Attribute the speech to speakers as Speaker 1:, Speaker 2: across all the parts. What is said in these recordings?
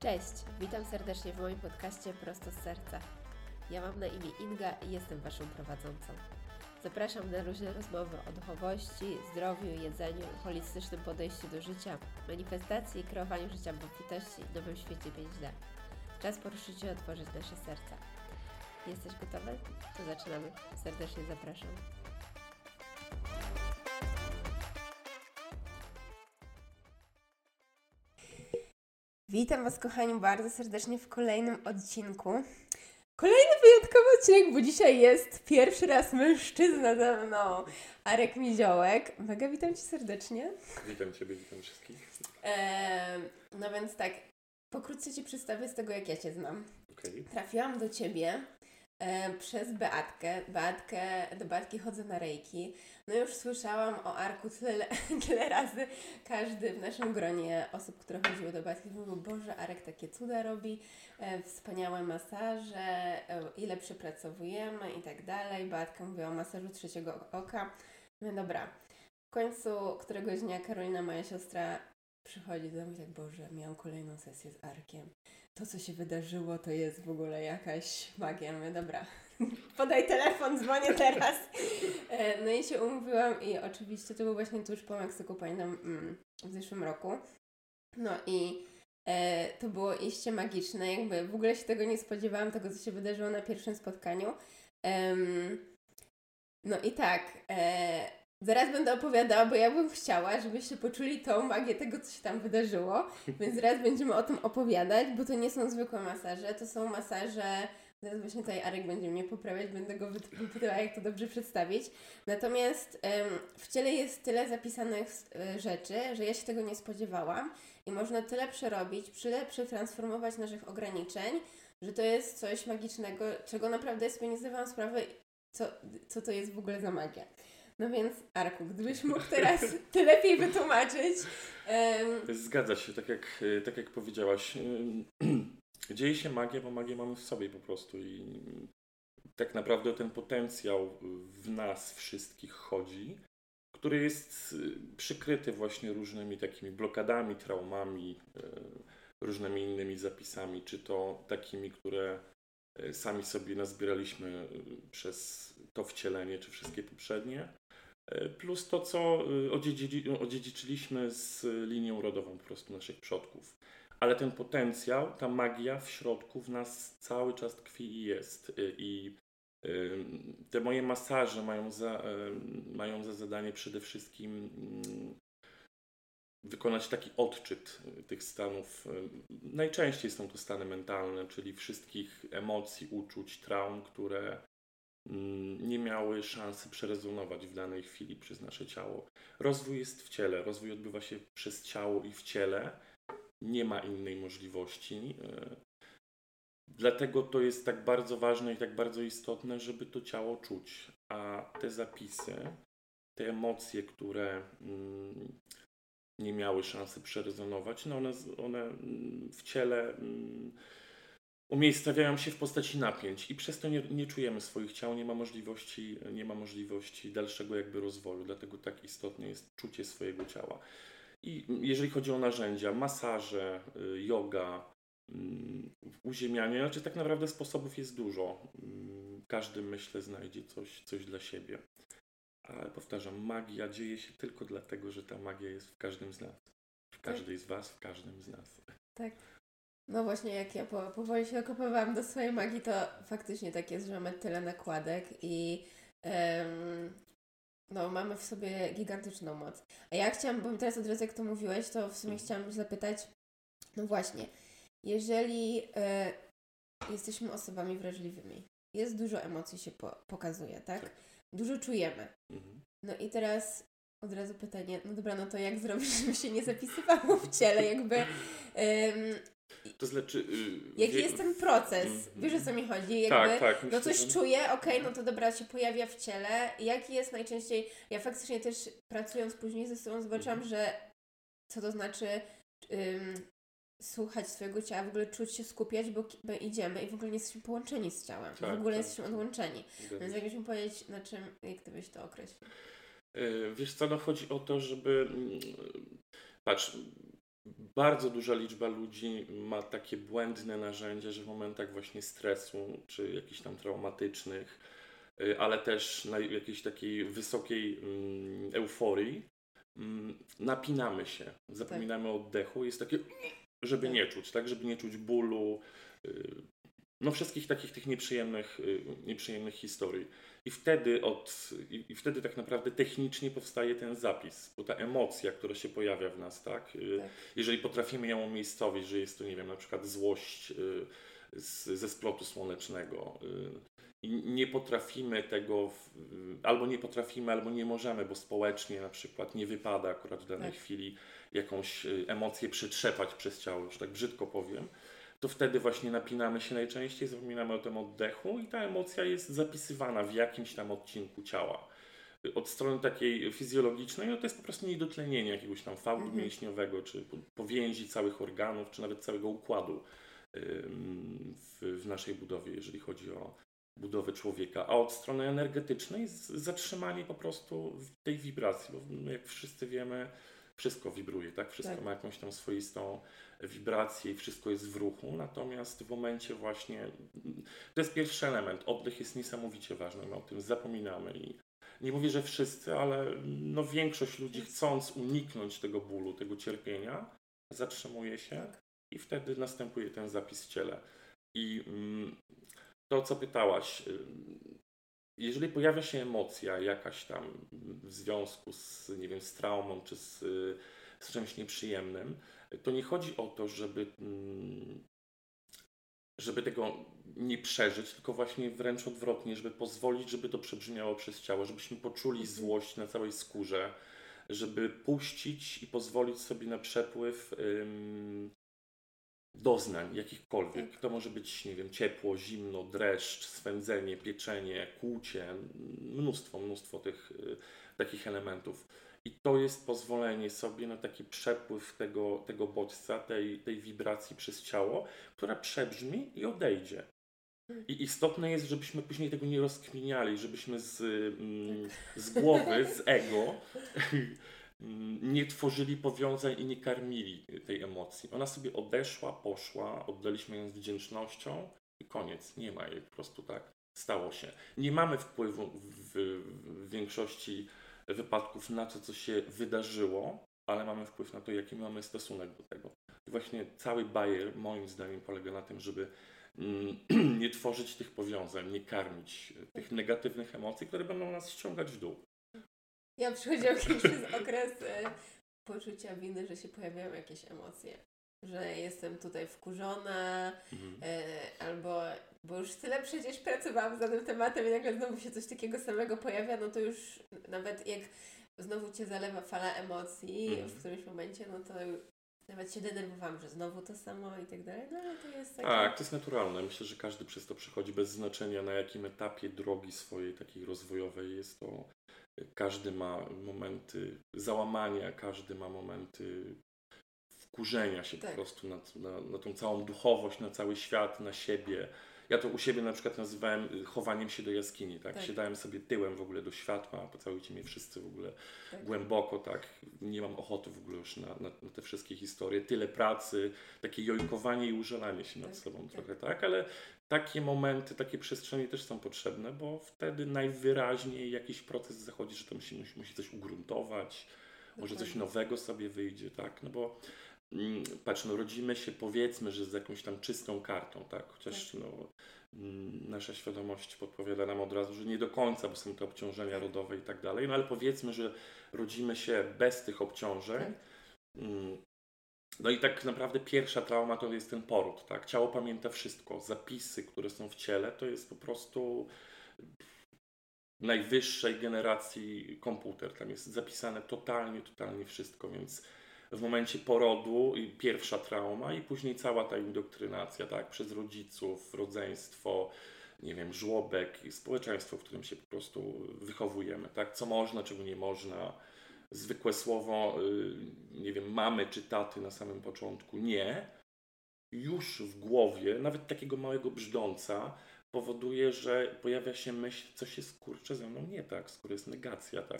Speaker 1: Cześć, witam serdecznie w moim podcaście Prosto z Serca. Ja mam na imię Inga i jestem Waszą prowadzącą. Zapraszam na luźne rozmowy o duchowości, zdrowiu, jedzeniu, holistycznym podejściu do życia, manifestacji i kreowaniu życia w obfitości i nowym świecie 5D. Czas poruszyć i otworzyć nasze serca. Jesteś gotowy? To zaczynamy. Serdecznie zapraszam. Witam Was, kochani, bardzo serdecznie w kolejnym odcinku. Kolejny wyjątkowy odcinek, bo dzisiaj jest pierwszy raz mężczyzna ze mną, Arek Miziołek. Mega witam Cię serdecznie.
Speaker 2: Witam Ciebie, witam wszystkich.
Speaker 1: No więc tak, pokrótce Ci przedstawię z tego, jak ja Cię znam.
Speaker 2: Okay.
Speaker 1: Trafiłam do Ciebie przez Beatkę. Do Beatki chodzę na rejki. No już słyszałam o Arku tyle razy. Każdy w naszym gronie osób, które chodziły do Beatki, mówił: Boże, Arek takie cuda robi, wspaniałe masaże, ile przepracowujemy i tak dalej. Beatka mówiła o masażu trzeciego oka. No dobra. W końcu któregoś dnia Karolina, moja siostra, przychodzi do mnie i tak: Boże, miałam kolejną sesję z Arkiem. To, co się wydarzyło, to jest w ogóle jakaś magia. Mówię: dobra, podaj telefon, dzwonię teraz. No i się umówiłam i oczywiście to był właśnie tuż po Meksyku, pamiętam, w zeszłym roku. No i to było iście magiczne, jakby w ogóle się tego nie spodziewałam, tego, co się wydarzyło na pierwszym spotkaniu. No i tak, zaraz będę opowiadała, bo ja bym chciała, żebyście poczuli tą magię tego, co się tam wydarzyło, więc zaraz będziemy o tym opowiadać, bo to nie są zwykłe masaże, to są masaże, zaraz właśnie tutaj Arek będzie mnie poprawiać, będę go wypytała, jak to dobrze przedstawić. Natomiast w ciele jest tyle zapisanych rzeczy, że ja się tego nie spodziewałam i można tyle przerobić, tyle przetransformować naszych ograniczeń, że to jest coś magicznego, czego naprawdę sobie nie zdawałam sprawy, co to jest w ogóle za magia. No więc, Arku, gdybyś mógł teraz ty lepiej wytłumaczyć.
Speaker 2: Zgadza się, tak jak powiedziałaś. Dzieje się magia, bo magię mamy w sobie po prostu i tak naprawdę ten potencjał w nas wszystkich chodzi, który jest przykryty właśnie różnymi takimi blokadami, traumami, różnymi innymi zapisami, czy to takimi, które sami sobie nazbieraliśmy przez to wcielenie, czy wszystkie poprzednie, plus to, co odziedziczyliśmy z linią rodową po prostu naszych przodków. Ale ten potencjał, ta magia w środku w nas cały czas tkwi i jest. I te moje masaże mają za zadanie przede wszystkim wykonać taki odczyt tych stanów. Najczęściej są to stany mentalne, czyli wszystkich emocji, uczuć, traum, które nie miały szansy przerezonować w danej chwili przez nasze ciało. Rozwój jest w ciele, rozwój odbywa się przez ciało i w ciele. Nie ma innej możliwości. Dlatego to jest tak bardzo ważne i tak bardzo istotne, żeby to ciało czuć. A te zapisy, te emocje, które nie miały szansy przerezonować, no one w ciele umiejscawiają się w postaci napięć i przez to nie czujemy swoich ciał, nie ma możliwości dalszego jakby rozwoju, dlatego tak istotne jest czucie swojego ciała. I jeżeli chodzi o narzędzia, masaże, yoga, uziemianie, znaczy tak naprawdę sposobów jest dużo. Każdy, myślę, znajdzie coś dla siebie. Ale powtarzam, magia dzieje się tylko dlatego, że ta magia jest w każdym z nas. W każdej z Was, w każdym z nas.
Speaker 1: Tak. No właśnie, jak ja powoli się okopywałam do swojej magii, to faktycznie tak jest, że mamy tyle nakładek i no, mamy w sobie gigantyczną moc. A ja chciałam, bo teraz od razu jak to mówiłeś, to w sumie chciałam zapytać, no właśnie, jeżeli jesteśmy osobami wrażliwymi, jest dużo emocji się pokazuje, tak? Dużo czujemy. No i teraz od razu pytanie, no dobra, no to jak zrobić, żeby się nie zapisywało w ciele, jakby...
Speaker 2: To znaczy...
Speaker 1: Jaki jest ten proces? Wiesz, o co mi chodzi? Jakby,
Speaker 2: tak. Myślę,
Speaker 1: no coś czuję, okej, no to dobra, się pojawia w ciele. Jaki jest najczęściej... Ja faktycznie też pracując później ze sobą zobaczyłam, że co to znaczy słuchać swojego ciała, w ogóle czuć się, skupiać, bo my idziemy i w ogóle nie jesteśmy połączeni z ciałem. W ogóle jesteśmy odłączeni. Więc jakbyśmy powiedzieć, na czym, jak ty byś to określił?
Speaker 2: Wiesz co, no chodzi o to, żeby... Patrz, bardzo duża liczba ludzi ma takie błędne narzędzia, że w momentach właśnie stresu, czy jakichś tam traumatycznych, ale też na jakiejś takiej wysokiej euforii, napinamy się, zapominamy o oddechu, jest takie, żeby nie czuć, tak, żeby nie czuć bólu, no wszystkich takich tych nieprzyjemnych historii. I wtedy tak naprawdę technicznie powstaje ten zapis, bo ta emocja, która się pojawia w nas, tak? Jeżeli potrafimy ją umiejscowić, że jest to, nie wiem, na przykład złość ze splotu słonecznego, i nie potrafimy tego, albo nie potrafimy, albo nie możemy, bo społecznie na przykład nie wypada akurat w danej chwili jakąś emocję przetrzepać przez ciało, że tak brzydko powiem, to wtedy właśnie napinamy się najczęściej, zapominamy o tym oddechu i ta emocja jest zapisywana w jakimś tam odcinku ciała. Od strony takiej fizjologicznej, no to jest po prostu niedotlenienie jakiegoś tam fałdu mięśniowego, czy powięzi całych organów, czy nawet całego układu w naszej budowie, jeżeli chodzi o budowę człowieka. A od strony energetycznej zatrzymanie po prostu tej wibracji, bo jak wszyscy wiemy, wszystko wibruje, tak? Wszystko ma jakąś tam swoistą wibrację i wszystko jest w ruchu, natomiast w momencie właśnie, to jest pierwszy element, oddech jest niesamowicie ważny, my o tym zapominamy i nie mówię, że wszyscy, ale no większość ludzi, chcąc uniknąć tego bólu, tego cierpienia, zatrzymuje się i wtedy następuje ten zapis w ciele. I to, co pytałaś, jeżeli pojawia się emocja jakaś tam w związku z, nie wiem, z traumą czy z czymś nieprzyjemnym, to nie chodzi o to, żeby tego nie przeżyć, tylko właśnie wręcz odwrotnie, żeby pozwolić, żeby to przebrzmiało przez ciało, żebyśmy poczuli złość na całej skórze, żeby puścić i pozwolić sobie na przepływ doznań jakichkolwiek. To może być, nie wiem, ciepło, zimno, dreszcz, swędzenie, pieczenie, kłucie, mnóstwo tych takich elementów. I to jest pozwolenie sobie na taki przepływ tego bodźca, tej wibracji przez ciało, która przebrzmi i odejdzie. I istotne jest, żebyśmy później tego nie rozkminiali, żebyśmy z głowy, z ego nie tworzyli powiązań i nie karmili tej emocji. Ona sobie odeszła, poszła, oddaliśmy ją z wdzięcznością i koniec. Nie ma jej, po prostu tak stało się. Nie mamy wpływu w większości wypadków na to, co się wydarzyło, ale mamy wpływ na to, jaki mamy stosunek do tego. I właśnie cały bajer, moim zdaniem, polega na tym, żeby nie tworzyć tych powiązań, nie karmić tych negatywnych emocji, które będą nas ściągać w dół.
Speaker 1: Ja przechodziłam kiedyś przez okres poczucia winy, że się pojawiają jakieś emocje. Że jestem tutaj wkurzona, albo bo już tyle przecież pracowałam za tym tematem i nagle znowu się coś takiego samego pojawia, no to już nawet jak znowu Cię zalewa fala emocji w którymś momencie, no to nawet się denerwowałam, że znowu to samo i tak dalej, no ale to jest takie...
Speaker 2: Tak, to jest naturalne. Myślę, że każdy przez to przechodzi bez znaczenia, na jakim etapie drogi swojej takiej rozwojowej jest to. Każdy ma momenty załamania, każdy ma momenty wkurzenia się po prostu na tą całą duchowość, na cały świat, na siebie. Ja to u siebie na przykład nazywałem chowaniem się do jaskini, tak? Siadałem sobie tyłem w ogóle do światła, pocałujcie mnie wszyscy w ogóle głęboko, tak? Nie mam ochoty w ogóle już na te wszystkie historie. Tyle pracy, takie jojkowanie i użalanie się nad sobą trochę, tak? Ale takie momenty, takie przestrzenie też są potrzebne, bo wtedy najwyraźniej jakiś proces zachodzi, że to musi coś ugruntować, może coś nowego sobie wyjdzie, tak? No bo patrz, no rodzimy się, powiedzmy, że z jakąś tam czystą kartą, tak? Chociaż nasza świadomość podpowiada nam od razu, że nie do końca, bo są to obciążenia rodowe i tak dalej, no ale powiedzmy, że rodzimy się bez tych obciążeń. No i tak naprawdę pierwsza trauma to jest ten poród, tak? Ciało pamięta wszystko. Zapisy, które są w ciele, to jest po prostu najwyższej generacji komputer. Tam jest zapisane totalnie wszystko, więc w momencie porodu i pierwsza trauma i później cała ta indoktrynacja, tak? Przez rodziców, rodzeństwo, nie wiem, żłobek, społeczeństwo, w którym się po prostu wychowujemy, tak? Co można, czego nie można. Zwykłe słowo, nie wiem, mamy czy taty na samym początku, nie. Już w głowie, nawet takiego małego brzdąca, powoduje, że pojawia się myśl, coś jest kurczę ze mną nie tak, skoro jest negacja, tak?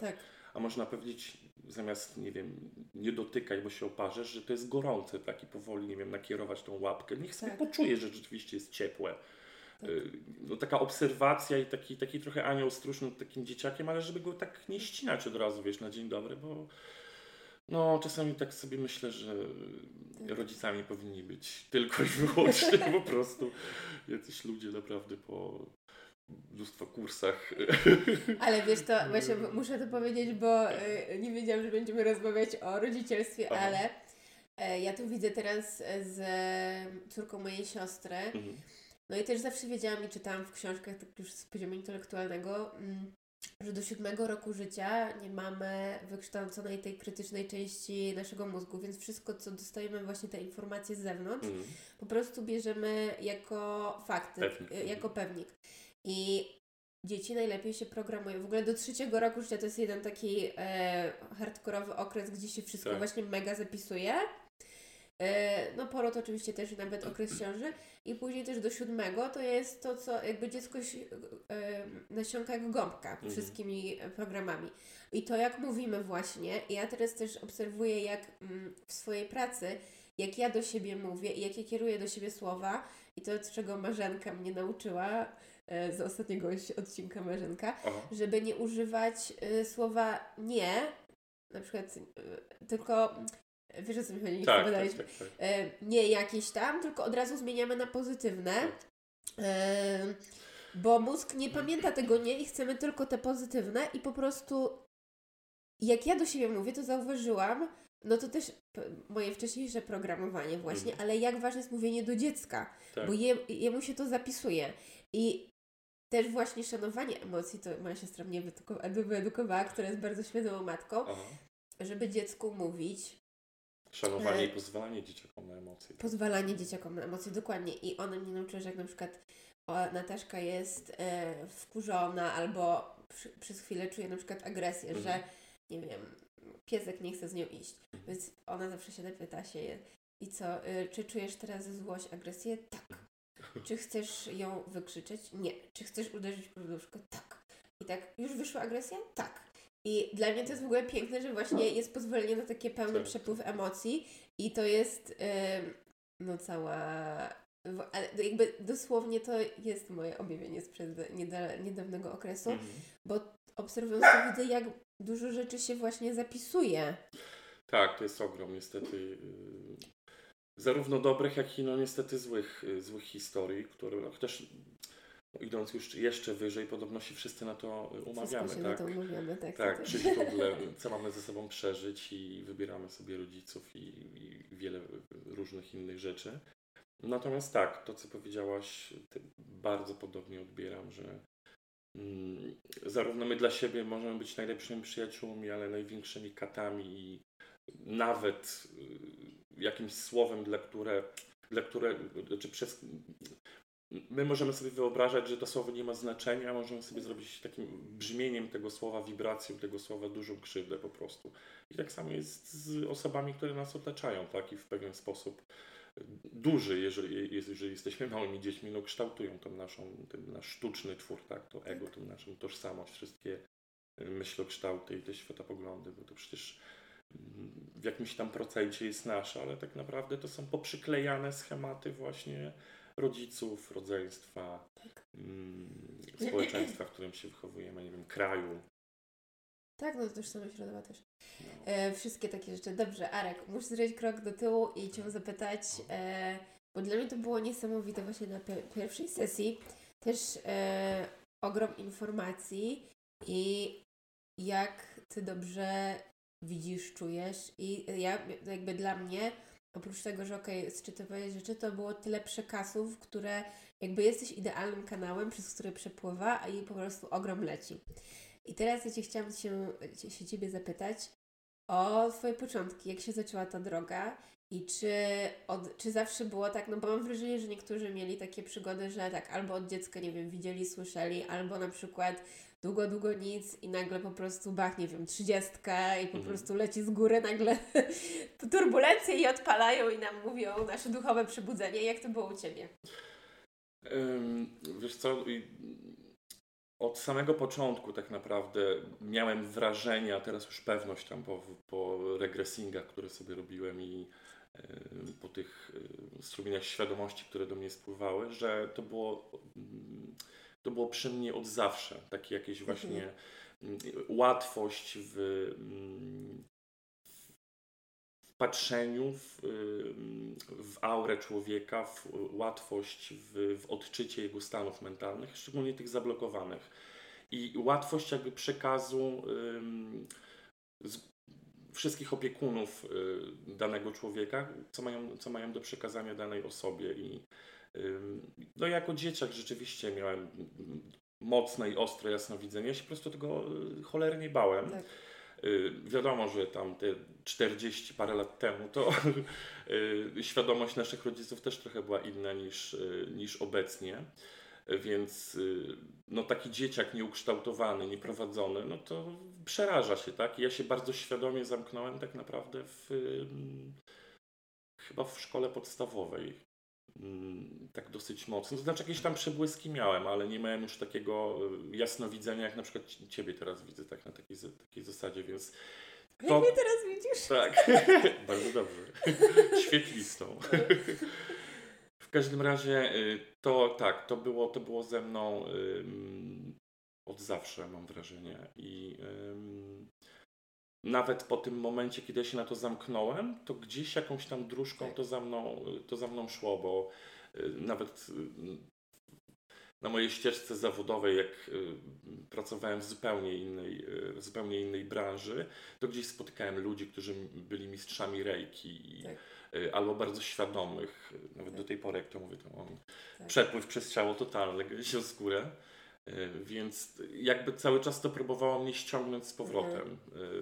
Speaker 2: a można powiedzieć zamiast, nie wiem, nie dotykaj, bo się oparzesz, że to jest gorące, tak, i powoli, nie wiem, nakierować tą łapkę. Niech sobie poczuje, że rzeczywiście jest ciepłe.
Speaker 1: Tak.
Speaker 2: No, taka obserwacja i taki trochę anioł stróż nad takim dzieciakiem, ale żeby go tak nie ścinać od razu, wiesz, na dzień dobry, bo no czasami tak sobie myślę, że rodzicami powinni być tylko i wyłącznie po prostu jacyś ludzie naprawdę po mnóstwo kursach.
Speaker 1: Ale wiesz, to właśnie muszę to powiedzieć, bo nie wiedziałam, że będziemy rozmawiać o rodzicielstwie, ale ja tu widzę teraz z córką mojej siostry. No i też zawsze wiedziałam i czytałam w książkach, tak już z poziomu intelektualnego, że do 7 roku życia nie mamy wykształconej tej krytycznej części naszego mózgu, więc wszystko, co dostajemy, właśnie te informacje z zewnątrz, po prostu bierzemy jako fakty, jako pewnik. I dzieci najlepiej się programują. W ogóle do 3 roku życia to jest jeden taki hardkorowy okres, gdzie się wszystko właśnie mega zapisuje. No poród oczywiście też, nawet okres ciąży. I później też do 7 to jest to, co jakby dziecko nasiąka jak gąbka wszystkimi programami. I to jak mówimy właśnie, ja teraz też obserwuję jak w swojej pracy, jak ja do siebie mówię i jak ja kieruję do siebie słowa i to, czego Marzenka mnie nauczyła z ostatniego odcinka Marzenka, żeby nie używać słowa nie, na przykład tylko... Wiesz, o co mi chodzi?
Speaker 2: Tak.
Speaker 1: Nie jakieś tam, tylko od razu zmieniamy na pozytywne. Bo mózg nie pamięta tego nie i chcemy tylko te pozytywne i po prostu jak ja do siebie mówię, to zauważyłam, no to też moje wcześniejsze programowanie właśnie, ale jak ważne jest mówienie do dziecka, bo jemu się to zapisuje. I też właśnie szanowanie emocji, to moja siostra mnie wyedukowała, która jest bardzo świadomą matką, żeby dziecku mówić.
Speaker 2: Szanowanie i pozwalanie dzieciakom na emocje.
Speaker 1: Pozwalanie dzieciakom na emocje, dokładnie. I ona mnie nauczyła, że jak na przykład Nataszka jest wkurzona albo przez chwilę czuje na przykład agresję, że nie wiem, piesek nie chce z nią iść. Więc ona zawsze się pyta się i co, czy czujesz teraz złość, agresję? Tak. Czy chcesz ją wykrzyczeć? Nie. Czy chcesz uderzyć w poduszkę? Tak. I tak, już wyszła agresja? Tak. I dla mnie to jest w ogóle piękne, że właśnie jest pozwolenie na takie pełny przepływ emocji i to jest no cała... Ale jakby dosłownie to jest moje objawienie sprzed niedawnego okresu, bo obserwując to widzę, jak dużo rzeczy się właśnie zapisuje.
Speaker 2: Tak, to jest ogrom niestety. Zarówno dobrych, jak i no niestety złych historii, które no, chociaż idąc już jeszcze wyżej, podobno się wszyscy na to umawiamy.
Speaker 1: Na to umawiamy, tak.
Speaker 2: Tak, czyli w ogóle co mamy ze sobą przeżyć i wybieramy sobie rodziców i wiele różnych innych rzeczy. Natomiast tak, to co powiedziałaś, bardzo podobnie odbieram, że zarówno my dla siebie możemy być najlepszymi przyjaciółmi, ale największymi katami i nawet jakimś słowem, my możemy sobie wyobrażać, że to słowo nie ma znaczenia, możemy sobie zrobić takim brzmieniem tego słowa, wibracją tego słowa dużą krzywdę po prostu. I tak samo jest z osobami, które nas otaczają, tak? I w pewien sposób duży, jeżeli jesteśmy małymi dziećmi, no kształtują ten nasz sztuczny twór, tak? To ego, tą naszą tożsamość, wszystkie myślokształty i te światopoglądy, bo to przecież w jakimś tam procencie jest nasze, ale tak naprawdę to są poprzyklejane schematy właśnie rodziców, rodzeństwa, społeczeństwa, w którym się wychowujemy, nie wiem, kraju.
Speaker 1: Tak, no tożsamość rodowa też. Wszystkie takie rzeczy. Dobrze, Arek, muszę zrobić krok do tyłu i Cię zapytać, bo dla mnie to było niesamowite właśnie na pierwszej sesji. Też ogrom informacji i jak Ty dobrze widzisz, czujesz i ja jakby dla mnie oprócz tego, że sczytywałeś rzeczy, to było tyle przekazów, które jakby jesteś idealnym kanałem, przez który przepływa i po prostu ogrom leci. I teraz ja chciałam się Ciebie zapytać o Twoje początki, jak się zaczęła ta droga i czy zawsze było tak, no bo mam wrażenie, że niektórzy mieli takie przygody, że tak albo od dziecka, nie wiem, widzieli, słyszeli, albo na przykład długo nic i nagle po prostu nie wiem, 30 i po prostu leci z góry nagle turbulencje i odpalają i nam mówią nasze duchowe przebudzenie. Jak to było u Ciebie?
Speaker 2: Wiesz co, od samego początku tak naprawdę miałem wrażenie, a teraz już pewność tam po regresingach, które sobie robiłem i po tych strumieniach świadomości, które do mnie spływały, że to było przy mnie od zawsze. Takie jakieś właśnie łatwość w patrzeniu, w aurę człowieka, łatwość w odczycie jego stanów mentalnych, szczególnie tych zablokowanych. I łatwość jakby przekazu wszystkich opiekunów danego człowieka, co mają do przekazania danej osobie. I no jako dzieciak rzeczywiście miałem mocne i ostre jasnowidzenie. Ja się po prostu tego cholernie bałem.
Speaker 1: Tak.
Speaker 2: Wiadomo, że tam te 40 parę lat temu to świadomość naszych rodziców też trochę była inna niż obecnie. Więc no taki dzieciak nieukształtowany, nieprowadzony, no to przeraża się, tak? I ja się bardzo świadomie zamknąłem tak naprawdę chyba w szkole podstawowej. Tak dosyć mocno. To znaczy jakieś tam przebłyski miałem, ale nie miałem już takiego jasnowidzenia, jak na przykład Ciebie teraz widzę, tak na takiej zasadzie, więc...
Speaker 1: Jak mnie teraz widzisz?
Speaker 2: Tak, bardzo dobrze. Świetlistą. W każdym razie to było ze mną od zawsze, mam wrażenie. I nawet po tym momencie, kiedy ja się na to zamknąłem, to gdzieś jakąś tam dróżką to za mną szło, bo nawet na mojej ścieżce zawodowej, jak pracowałem w zupełnie innej branży, to gdzieś spotykałem ludzi, którzy byli mistrzami reiki albo bardzo świadomych. Nawet do tej pory, jak to mówię, to mam przepływ przez ciało totalny, gdzieś o skórę. Więc jakby cały czas to próbowało mnie ściągnąć z powrotem.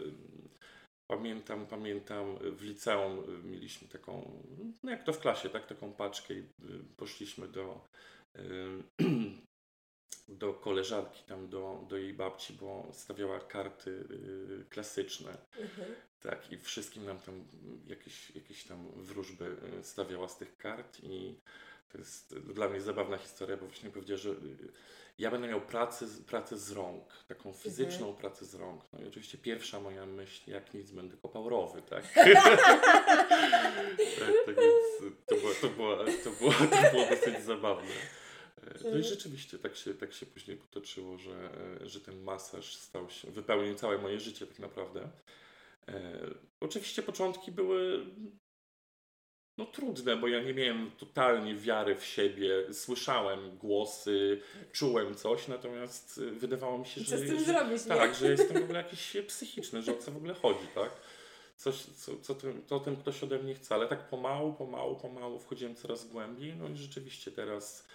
Speaker 2: Pamiętam w liceum mieliśmy taką, no jak to w klasie, tak, taką paczkę i poszliśmy do koleżanki, tam do jej babci, bo stawiała karty klasyczne. Tak, i wszystkim nam tam jakieś tam wróżby stawiała z tych kart i to jest dla mnie zabawna historia, bo właśnie powiedziała, że ja będę miał pracę z rąk, taką fizyczną pracę z rąk. No i oczywiście pierwsza moja myśl, jak nic, będę kopał rowy, tak? Tak więc to było dosyć zabawne. No i rzeczywiście tak się później potoczyło, że ten masaż wypełnił całe moje życie tak naprawdę. Oczywiście początki były trudne, bo ja nie miałem totalnie wiary w siebie. Słyszałem głosy, czułem coś, natomiast wydawało mi się, że...
Speaker 1: Co z tym zrobić,
Speaker 2: tak, że jestem w ogóle jakiś psychiczny, że o co w ogóle chodzi, tak? Coś, co ten ktoś ode mnie chce, ale tak pomału wchodziłem coraz głębiej, no i rzeczywiście teraz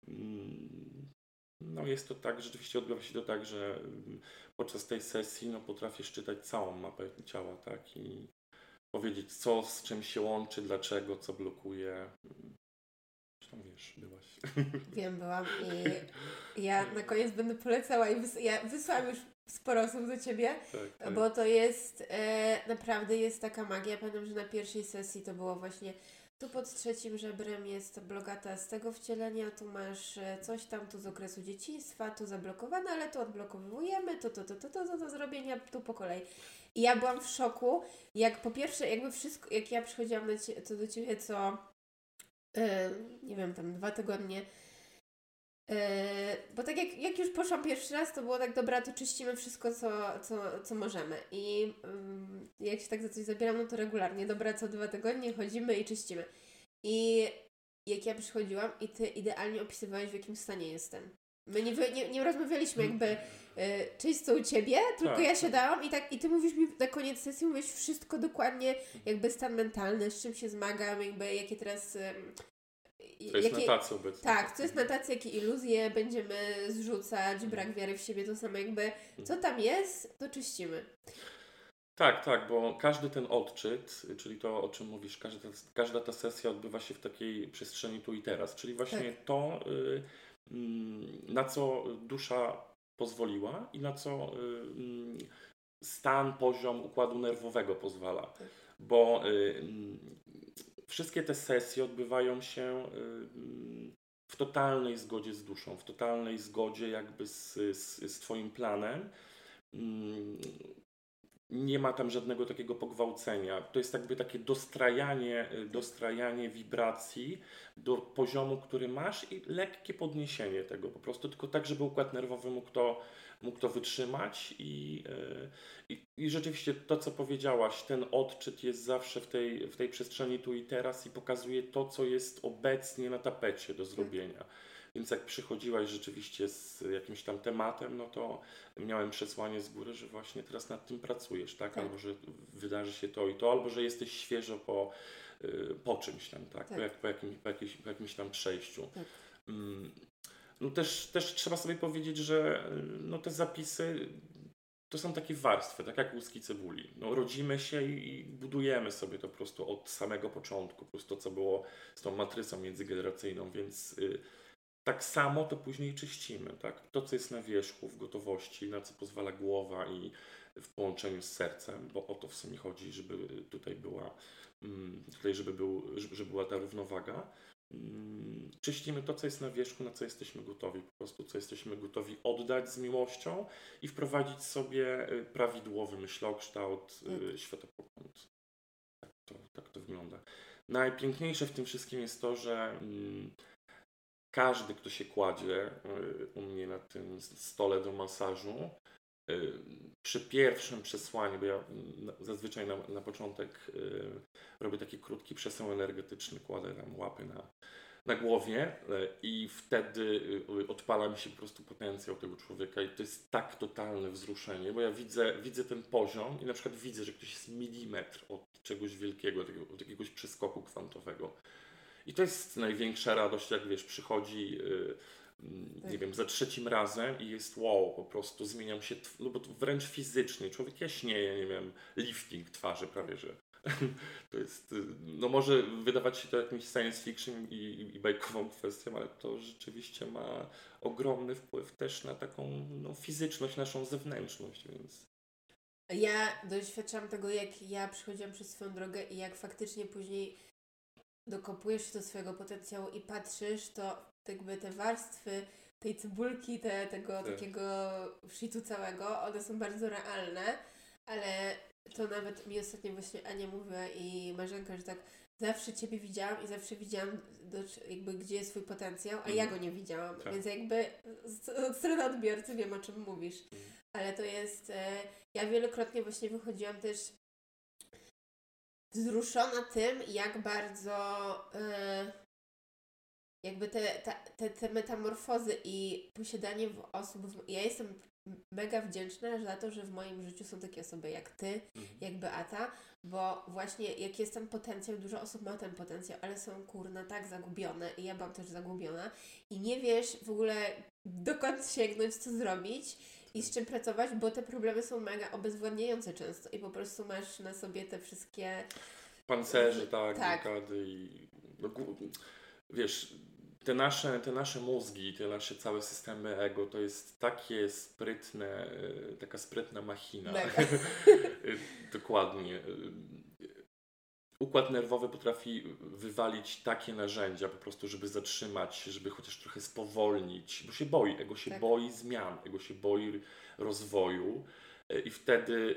Speaker 2: jest to tak, rzeczywiście odbywa się to tak, że podczas tej sesji potrafisz czytać całą mapę ciała, tak? I powiedzieć, co z czym się łączy, dlaczego, co blokuje. Zresztą wiesz, byłaś.
Speaker 1: Wiem, byłam i ja na koniec będę polecała i ja wysłałam już sporo osób do Ciebie,
Speaker 2: tak.
Speaker 1: bo to jest, naprawdę jest taka magia. Pamiętam, że na pierwszej sesji to było właśnie tu pod trzecim żebrem jest blokada z tego wcielenia, tu masz coś tam, tu z okresu dzieciństwa, tu zablokowane, ale tu odblokowujemy, to zrobienia, tu po kolei. I ja byłam w szoku, jak po pierwsze jakby wszystko, jak ja przychodziłam do Ciebie nie wiem, tam 2 tygodnie, bo tak jak już poszłam pierwszy raz, to było tak, dobra, to czyścimy wszystko, co możemy. I jak się tak za coś zabieram, no to regularnie, dobra, co 2 tygodnie chodzimy i czyścimy. I jak ja przychodziłam i Ty idealnie opisywałeś, w jakim stanie jestem. My nie rozmawialiśmy jakby czyś co u Ciebie, tylko ja siadałam i Ty mówisz mi na koniec sesji, mówisz wszystko dokładnie, jakby stan mentalny, z czym się zmagam, jakby jakie teraz...
Speaker 2: To jest na tacy obecnie.
Speaker 1: Tak, co jest na tacy, jakie iluzje będziemy zrzucać, brak wiary w siebie, to samo jakby, co tam jest, to czyścimy.
Speaker 2: Tak, bo każdy ten odczyt, czyli to, o czym mówisz, każda ta sesja odbywa się w takiej przestrzeni tu i teraz, czyli właśnie to, na co dusza pozwoliła i na co stan, poziom układu nerwowego pozwala. Bo wszystkie te sesje odbywają się w totalnej zgodzie z duszą, w totalnej zgodzie jakby z twoim planem. Mm, Nie ma tam żadnego takiego pogwałcenia. To jest jakby takie dostrajanie wibracji do poziomu, który masz i lekkie podniesienie tego po prostu, tylko tak, żeby układ nerwowy mógł to wytrzymać i rzeczywiście to, co powiedziałaś, ten odczyt jest zawsze w tej przestrzeni tu i teraz i pokazuje to, co jest obecnie na tapecie do zrobienia. Więc jak przychodziłaś rzeczywiście z jakimś tam tematem, no to miałem przesłanie z góry, że właśnie teraz nad tym pracujesz, tak?
Speaker 1: Tak.
Speaker 2: Albo że wydarzy się to i to, albo że jesteś świeżo po czymś tam, tak?
Speaker 1: Tak.
Speaker 2: Po jakimś tam przejściu.
Speaker 1: Tak.
Speaker 2: No też trzeba sobie powiedzieć, że no te zapisy to są takie warstwy, tak jak łuski cebuli. No, rodzimy się i budujemy sobie to po prostu od samego początku, po prostu to, co było z tą matrycą międzygeneracyjną, więc tak samo to później czyścimy, tak? To, co jest na wierzchu, w gotowości, na co pozwala głowa i w połączeniu z sercem, bo o to w sumie chodzi, żeby tutaj była, żeby była ta równowaga. Czyścimy to, co jest na wierzchu, na co jesteśmy gotowi, po prostu co jesteśmy gotowi oddać z miłością i wprowadzić sobie prawidłowy myślokształt, światopogląd. Tak to wygląda. Najpiękniejsze w tym wszystkim jest to, że każdy, kto się kładzie u mnie na tym stole do masażu, przy pierwszym przesłaniu, bo ja zazwyczaj na początek robię taki krótki przesył energetyczny, kładę tam łapy na głowie i wtedy odpala mi się po prostu potencjał tego człowieka i to jest tak totalne wzruszenie, bo ja widzę ten poziom i na przykład widzę, że ktoś jest milimetr od czegoś wielkiego, od jakiegoś przeskoku kwantowego. I to jest największa radość, jak wiesz, przychodzi, nie wiem, za trzecim razem i jest wow, po prostu zmieniam się, no bo wręcz fizycznie, człowiek jaśnieje, nie wiem, lifting twarzy prawie, że to jest, no może wydawać się to jakimś science fiction i bajkową kwestią, ale to rzeczywiście ma ogromny wpływ też na taką no, fizyczność, naszą zewnętrzność, więc...
Speaker 1: Ja doświadczam tego, jak ja przychodziłam przez swoją drogę i jak faktycznie później dokopujesz się do swojego potencjału i patrzysz, to jakby te warstwy tej cebulki, tego takiego shitu całego, one są bardzo realne, ale to nawet mi ostatnio właśnie Ania mówiła i Marzenka, że tak zawsze Ciebie widziałam i zawsze widziałam jakby gdzie jest Twój potencjał, a ja go nie widziałam, więc jakby od strony odbiorcy wiem, o czym mówisz. Ale to jest, ja wielokrotnie właśnie wychodziłam też wzruszona tym, jak bardzo jakby te metamorfozy i posiadanie osób, ja jestem mega wdzięczna za to, że w moim życiu są takie osoby jak Ty, jak Beata, bo właśnie jak jest ten potencjał, dużo osób ma ten potencjał, ale są kurna tak zagubione i ja byłam też zagubiona i nie wiesz w ogóle dokąd sięgnąć, co zrobić i z czym pracować, bo te problemy są mega obezwładniające często i po prostu masz na sobie te wszystkie
Speaker 2: pancerze, blokady i no, wiesz, te nasze mózgi, te nasze całe systemy ego to jest takie sprytne, taka sprytna machina. Dokładnie. Układ nerwowy potrafi wywalić takie narzędzia po prostu, żeby zatrzymać, żeby chociaż trochę spowolnić, bo się boi, ego się boi zmian, ego się boi rozwoju i wtedy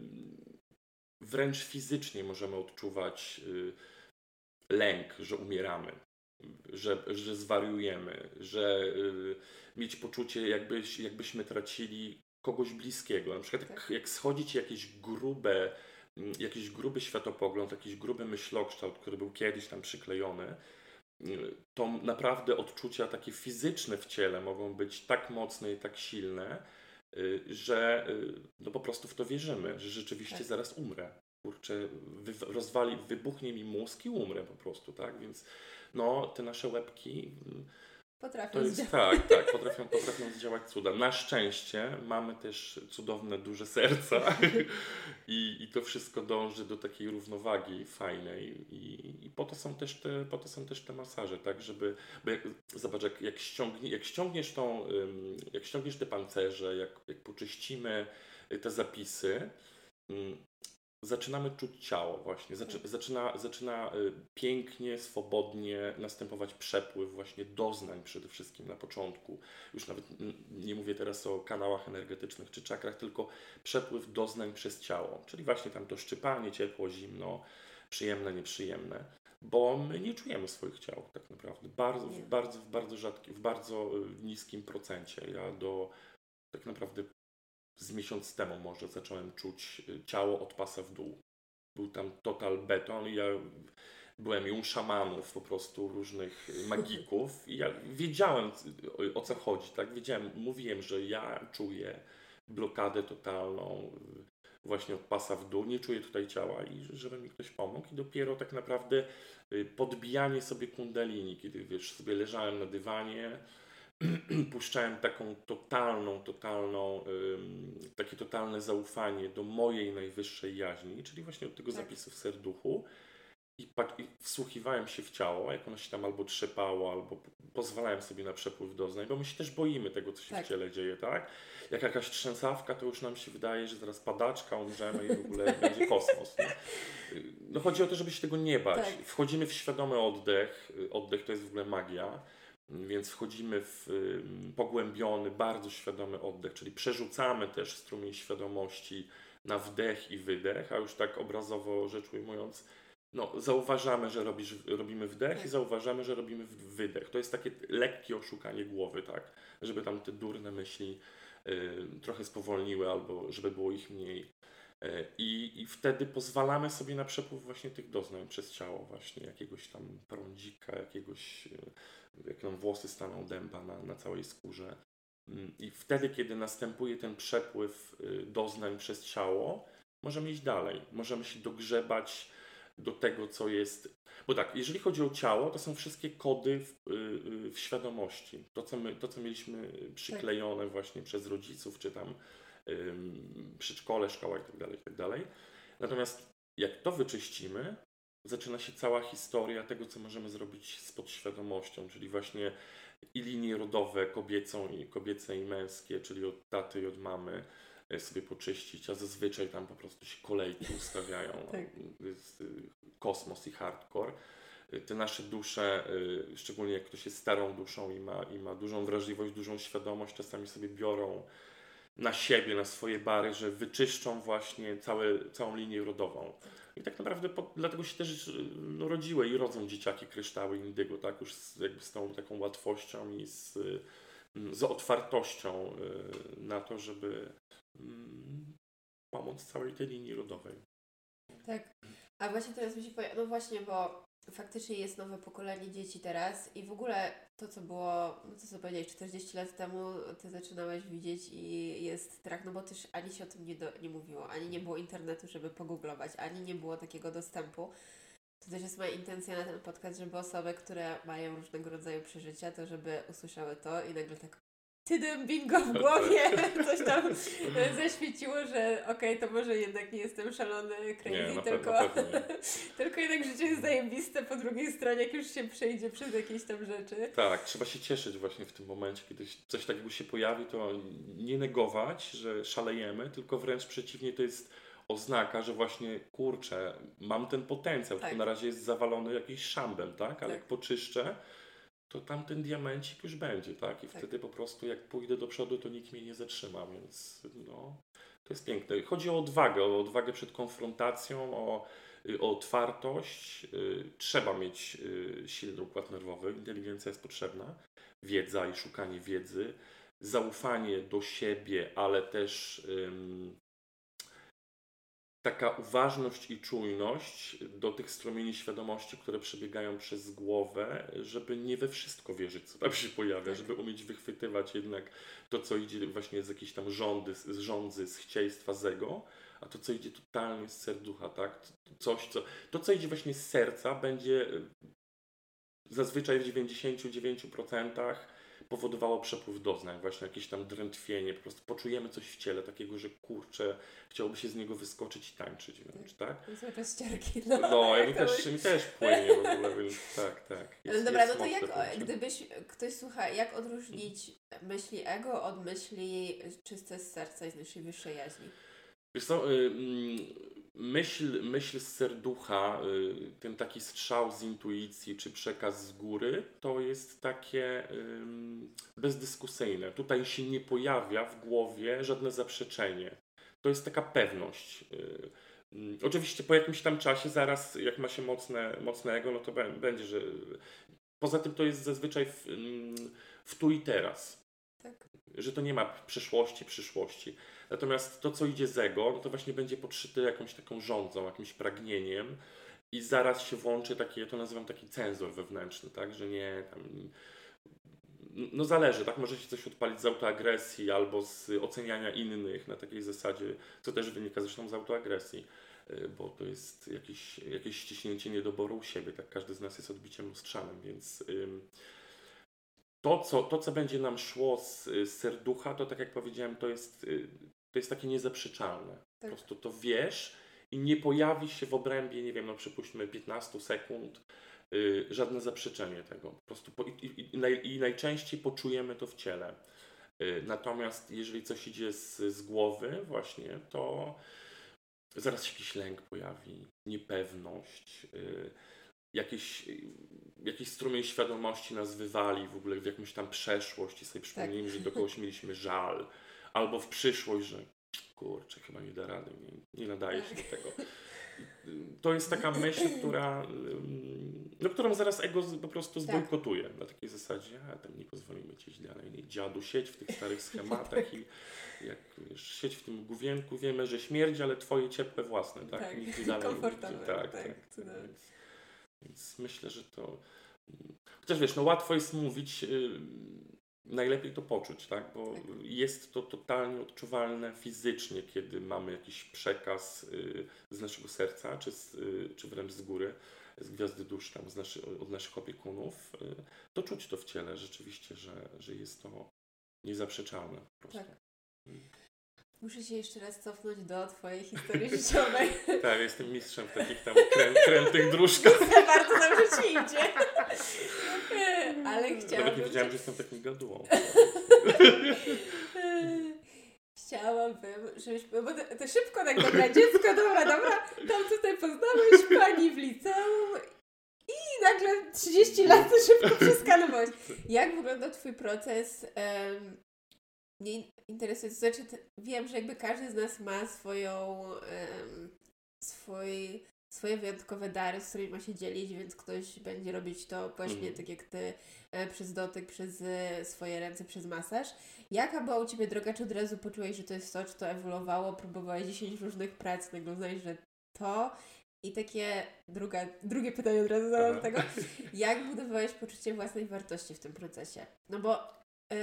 Speaker 2: wręcz fizycznie możemy odczuwać lęk, że umieramy, że zwariujemy, że mieć poczucie jakbyśmy tracili kogoś bliskiego. Na przykład jak schodzi ci jakiś gruby światopogląd, jakiś gruby myślokształt, który był kiedyś tam przyklejony, to naprawdę odczucia takie fizyczne w ciele mogą być tak mocne i tak silne, że no po prostu w to wierzymy, że rzeczywiście zaraz umrę. Kurczę, wybuchnie mi mózg i umrę po prostu, tak? Więc no, te nasze łebki
Speaker 1: potrafią
Speaker 2: potrafią zdziałać cuda. Na szczęście mamy też cudowne, duże serca i to wszystko dąży do takiej równowagi fajnej i po to są też te masaże, tak, żeby, bo zobacz, jak ściągniesz te pancerze, jak poczyścimy te zapisy, zaczynamy czuć ciało właśnie. Zaczyna pięknie, swobodnie następować przepływ właśnie doznań przede wszystkim na początku. Już nawet nie mówię teraz o kanałach energetycznych czy czakrach, tylko przepływ doznań przez ciało. Czyli właśnie tam to szczypanie, ciepło, zimno, przyjemne, nieprzyjemne. Bo my nie czujemy swoich ciał tak naprawdę. W bardzo niskim procencie. Ja tak naprawdę z miesiąc temu może zacząłem czuć ciało od pasa w dół. Był tam total beton i ja byłem i u szamanów po prostu, różnych magików i ja wiedziałem o co chodzi, tak? Mówiłem, że ja czuję blokadę totalną właśnie od pasa w dół, nie czuję tutaj ciała i żeby mi ktoś pomógł i dopiero tak naprawdę podbijanie sobie kundalini, kiedy wiesz, sobie leżałem na dywanie, puszczałem taką takie totalne zaufanie do mojej najwyższej jaźni, czyli właśnie od tego zapisu w serduchu i wsłuchiwałem się w ciało, jak ono się tam albo trzepało, albo pozwalałem sobie na przepływ doznań, bo my się też boimy tego, co się w ciele dzieje, tak? Jak jakaś trzęsawka, to już nam się wydaje, że zaraz padaczka, umrzemy i w ogóle będzie kosmos. Nie? No chodzi o to, żeby się tego nie bać. Wchodzimy w świadomy oddech. Oddech to jest w ogóle magia. Więc wchodzimy w pogłębiony, bardzo świadomy oddech, czyli przerzucamy też strumień świadomości na wdech i wydech, a już tak obrazowo rzecz ujmując, no, zauważamy, że robimy wdech i zauważamy, że robimy wydech. To jest takie lekkie oszukanie głowy, tak? Żeby tam te durne myśli trochę spowolniły albo żeby było ich mniej. I wtedy pozwalamy sobie na przepływ właśnie tych doznań przez ciało, właśnie jakiegoś tam prądzika, jak nam włosy staną dęba na całej skórze. I wtedy, kiedy następuje ten przepływ doznań przez ciało, możemy iść dalej. Możemy się dogrzebać do tego, co jest. Bo tak, jeżeli chodzi o ciało, to są wszystkie kody w świadomości. To, co mieliśmy przyklejone właśnie przez rodziców, czy tam przedszkole, szkoła itd. Natomiast jak to wyczyścimy, zaczyna się cała historia tego, co możemy zrobić z podświadomością, czyli właśnie i linie rodowe kobiece i męskie, czyli od taty i od mamy sobie poczyścić, a zazwyczaj tam po prostu się kolejki ustawiają. Jest kosmos i hardcore. Te nasze dusze, szczególnie jak ktoś jest starą duszą i ma dużą wrażliwość, dużą świadomość, czasami sobie biorą na siebie, na swoje bary, że wyczyszczą właśnie całą linię rodową. I tak naprawdę dlatego się też rodziły i rodzą dzieciaki kryształy indygo, tak? Już z tą taką łatwością i z otwartością na to, żeby pomóc całej tej linii rodowej.
Speaker 1: Tak. A właśnie teraz mi się no właśnie, bo faktycznie jest nowe pokolenie dzieci teraz i w ogóle to, co było, no to co powiedziałeś, 40 lat temu Ty zaczynałeś widzieć i jest strach, no bo też ani się o tym nie mówiło, ani nie było internetu, żeby pogooglować, ani nie było takiego dostępu. To też jest moja intencja na ten podcast, żeby osoby, które mają różnego rodzaju przeżycia, to żeby usłyszały to i nagle tak bingo w głowie, coś tam zaświeciło, że okej, to może jednak nie jestem szalony, crazy,
Speaker 2: nie,
Speaker 1: tylko jednak życie jest zajebiste po drugiej stronie, jak już się przejdzie przez jakieś tam rzeczy.
Speaker 2: Tak, trzeba się cieszyć właśnie w tym momencie, kiedy coś takiego się pojawi, to nie negować, że szalejemy, tylko wręcz przeciwnie, to jest oznaka, że właśnie kurczę, mam ten potencjał, tylko na razie jest zawalony jakimś szambem, tak? Ale jak poczyszczę, to tam ten diamencik już będzie, tak? I wtedy po prostu jak pójdę do przodu, to nikt mnie nie zatrzyma, więc no, to jest piękne. Chodzi o odwagę przed konfrontacją, o otwartość. Trzeba mieć silny układ nerwowy, inteligencja jest potrzebna, wiedza i szukanie wiedzy, zaufanie do siebie, ale też taka uważność i czujność do tych strumieni świadomości, które przebiegają przez głowę, żeby nie we wszystko wierzyć, co tam się pojawia, żeby umieć wychwytywać jednak to, co idzie właśnie z jakiejś tam żądzy, z chcieństwa, z ego, a to, co idzie totalnie z serducha, tak? To, co idzie właśnie z serca, będzie zazwyczaj w 99% powodowało przepływ doznań, właśnie jakieś tam drętwienie, po prostu poczujemy coś w ciele takiego, że kurczę, chciałoby się z niego wyskoczyć i tańczyć wręcz, tak?
Speaker 1: Są te ścierki.
Speaker 2: Mi też płynie w ogóle, więc tak.
Speaker 1: Dobra, no to gdybyś ktoś słucha, jak odróżnić myśli ego od myśli czyste z serca i z naszej wyższej jaźni?
Speaker 2: Wiesz co, myśl z serducha, ten taki strzał z intuicji czy przekaz z góry, to jest takie bezdyskusyjne. Tutaj się nie pojawia w głowie żadne zaprzeczenie. To jest taka pewność. Oczywiście po jakimś tam czasie, zaraz jak ma się mocne ego, no to będzie, że... Poza tym to jest zazwyczaj w tu i teraz.
Speaker 1: Tak.
Speaker 2: Że to nie ma przeszłości, przyszłości. Natomiast to, co idzie z ego, no to właśnie będzie podszyte jakąś taką rządzą, jakimś pragnieniem i zaraz się włączy taki, ja to nazywam taki cenzor wewnętrzny, tak, że nie tam... No zależy, tak, może się coś odpalić z autoagresji albo z oceniania innych na takiej zasadzie, co też wynika zresztą z autoagresji, bo to jest jakieś ściśnięcie niedoboru u siebie, tak, każdy z nas jest odbiciem lustrzanym, więc... To, co będzie nam szło z serducha, to tak jak powiedziałem, to jest takie niezaprzeczalne.
Speaker 1: Tak.
Speaker 2: Po prostu to wiesz i nie pojawi się w obrębie, nie wiem, no przypuśćmy 15 sekund, żadne zaprzeczenie tego. Po prostu i najczęściej poczujemy to w ciele. Natomiast jeżeli coś idzie z głowy właśnie, to zaraz się jakiś lęk pojawi, niepewność, jakiś strumień świadomości nas wywali w ogóle w jakąś tam przeszłość i sobie przypomnimy, że do kogoś mieliśmy żal, albo w przyszłość, że kurczę, chyba nie da rady, nie nadaje się do tego. To jest taka myśl, którą zaraz ego po prostu zbojkotuje. Na takiej zasadzie, tam nie pozwolimy ci iść dalej. Nie, dziadu, siedź w tych starych schematach i jak wiesz, siedź w tym główienku, wiemy, że śmierdzi, ale twoje ciepłe własne, tak?
Speaker 1: Tak,
Speaker 2: Nigdy dalej.
Speaker 1: komfortowe.
Speaker 2: Tak. Więc myślę, że to... Chociaż wiesz, no łatwo jest mówić, najlepiej to poczuć, tak? Bo jest to totalnie odczuwalne fizycznie, kiedy mamy jakiś przekaz z naszego serca, czy wręcz z góry, z gwiazdy dusz, tam od naszych opiekunów. To czuć to w ciele rzeczywiście, że jest to niezaprzeczalne po prostu.
Speaker 1: Tak. Muszę się jeszcze raz cofnąć do twojej historii życiowej.
Speaker 2: Tak, jestem mistrzem w takich tam krętych dróżkach.
Speaker 1: Bardzo dobrze ci idzie. Ale chciałabym...
Speaker 2: Nawet nie wiedziałem, że jestem takim gadułą.
Speaker 1: Chciałabym, żebyśmy... Bo to szybko tak, dobra, dziecko, dobra, tam tutaj poznałeś pani w liceum i nagle 30 lat to szybko przeskanowałeś. Jak wygląda twój proces... Mnie interesuje, to znaczy wiem, że jakby każdy z nas ma swoje wyjątkowe dary, z którymi ma się dzielić, więc ktoś będzie robić to właśnie tak jak ty, przez dotyk, przez swoje ręce, przez masaż. Jaka była u ciebie droga? Czy od razu poczułeś, że to jest to, czy to ewoluowało? Próbowałeś 10 różnych prac, nagle uznałeś, że to? I takie drugie pytanie od razu zadam do tego. Jak budowałeś poczucie własnej wartości w tym procesie? No bo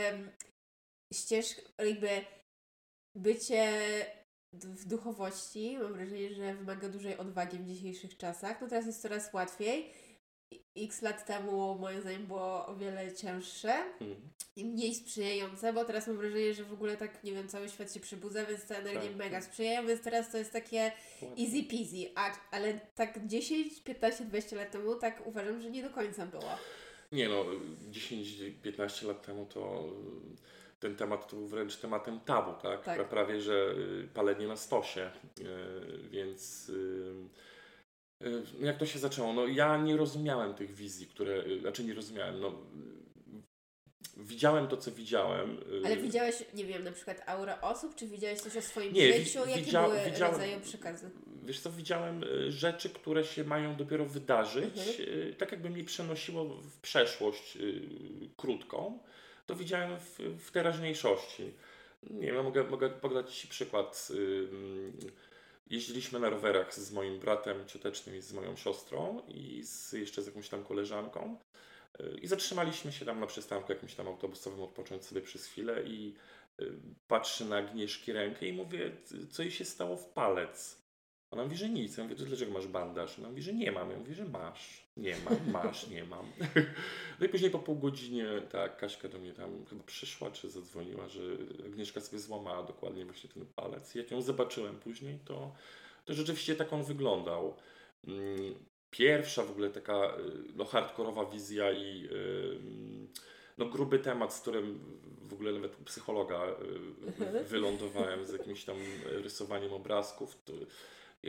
Speaker 1: jakby bycie w duchowości, mam wrażenie, że wymaga dużej odwagi w dzisiejszych czasach. No teraz jest coraz łatwiej. X lat temu moim zdaniem było o wiele cięższe i mniej sprzyjające, bo teraz mam wrażenie, że w ogóle tak, nie wiem, cały świat się przybudza, więc te energie mega sprzyjają, więc teraz to jest takie easy peasy, ale tak 10, 15, 20 lat temu tak uważam, że nie do końca było.
Speaker 2: Nie no, 10-15 lat temu to ten temat to był wręcz tematem tabu, tak? Prawie, że palenie na stosie, więc jak to się zaczęło? No ja nie rozumiałem tych wizji, nie rozumiałem, widziałem to, co widziałem.
Speaker 1: Ale widziałeś, nie wiem, na przykład aurę osób, czy widziałeś coś o swoim życiu? Jakie były rodzaje przekazu?
Speaker 2: Wiesz co, widziałem rzeczy, które się mają dopiero wydarzyć, tak jakby mnie przenosiło w przeszłość krótką, to widziałem w teraźniejszości. Nie wiem, mogę podać Ci przykład. Jeździliśmy na rowerach z moim bratem ciotecznym i z moją siostrą i jeszcze z jakąś tam koleżanką i zatrzymaliśmy się tam na przystanku jakimś tam autobusowym odpocząć sobie przez chwilę i patrzę na Agnieszki rękę i mówię, co jej się stało w palec. Ona mówi, że nic. Ja mówię, to dlaczego masz bandaż? Ona mówi, że nie mam. Ja mówię, że masz. Nie mam, masz, nie mam. No i później po pół godzinie Kaśka do mnie tam chyba przyszła, czy zadzwoniła, że Agnieszka sobie złamała dokładnie właśnie ten palec. I jak ją zobaczyłem później, to rzeczywiście tak on wyglądał. Pierwsza w ogóle taka hardkorowa wizja i gruby temat, z którym w ogóle nawet u psychologa wylądowałem z jakimś tam rysowaniem obrazków.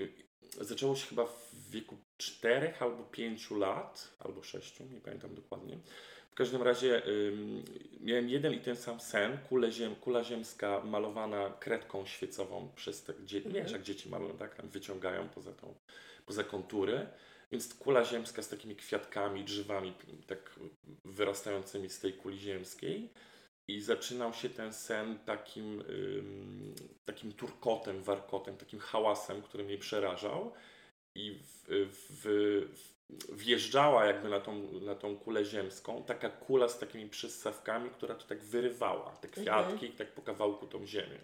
Speaker 2: zaczęło się chyba w wieku 4 albo 5 lat, albo 6, nie pamiętam dokładnie. W każdym razie miałem jeden i ten sam sen, kula ziemska malowana kredką świecową przez te wiesz, jak dzieci malują, tak, tam wyciągają poza kontury. Więc kula ziemska z takimi kwiatkami, drzewami tak wyrastającymi z tej kuli ziemskiej. I zaczynał się ten sen takim turkotem, warkotem, takim hałasem, który mnie przerażał. I wjeżdżała jakby na tą kulę ziemską taka kula z takimi przyssawkami, która to tak wyrywała, te kwiatki, tak po kawałku tą ziemię.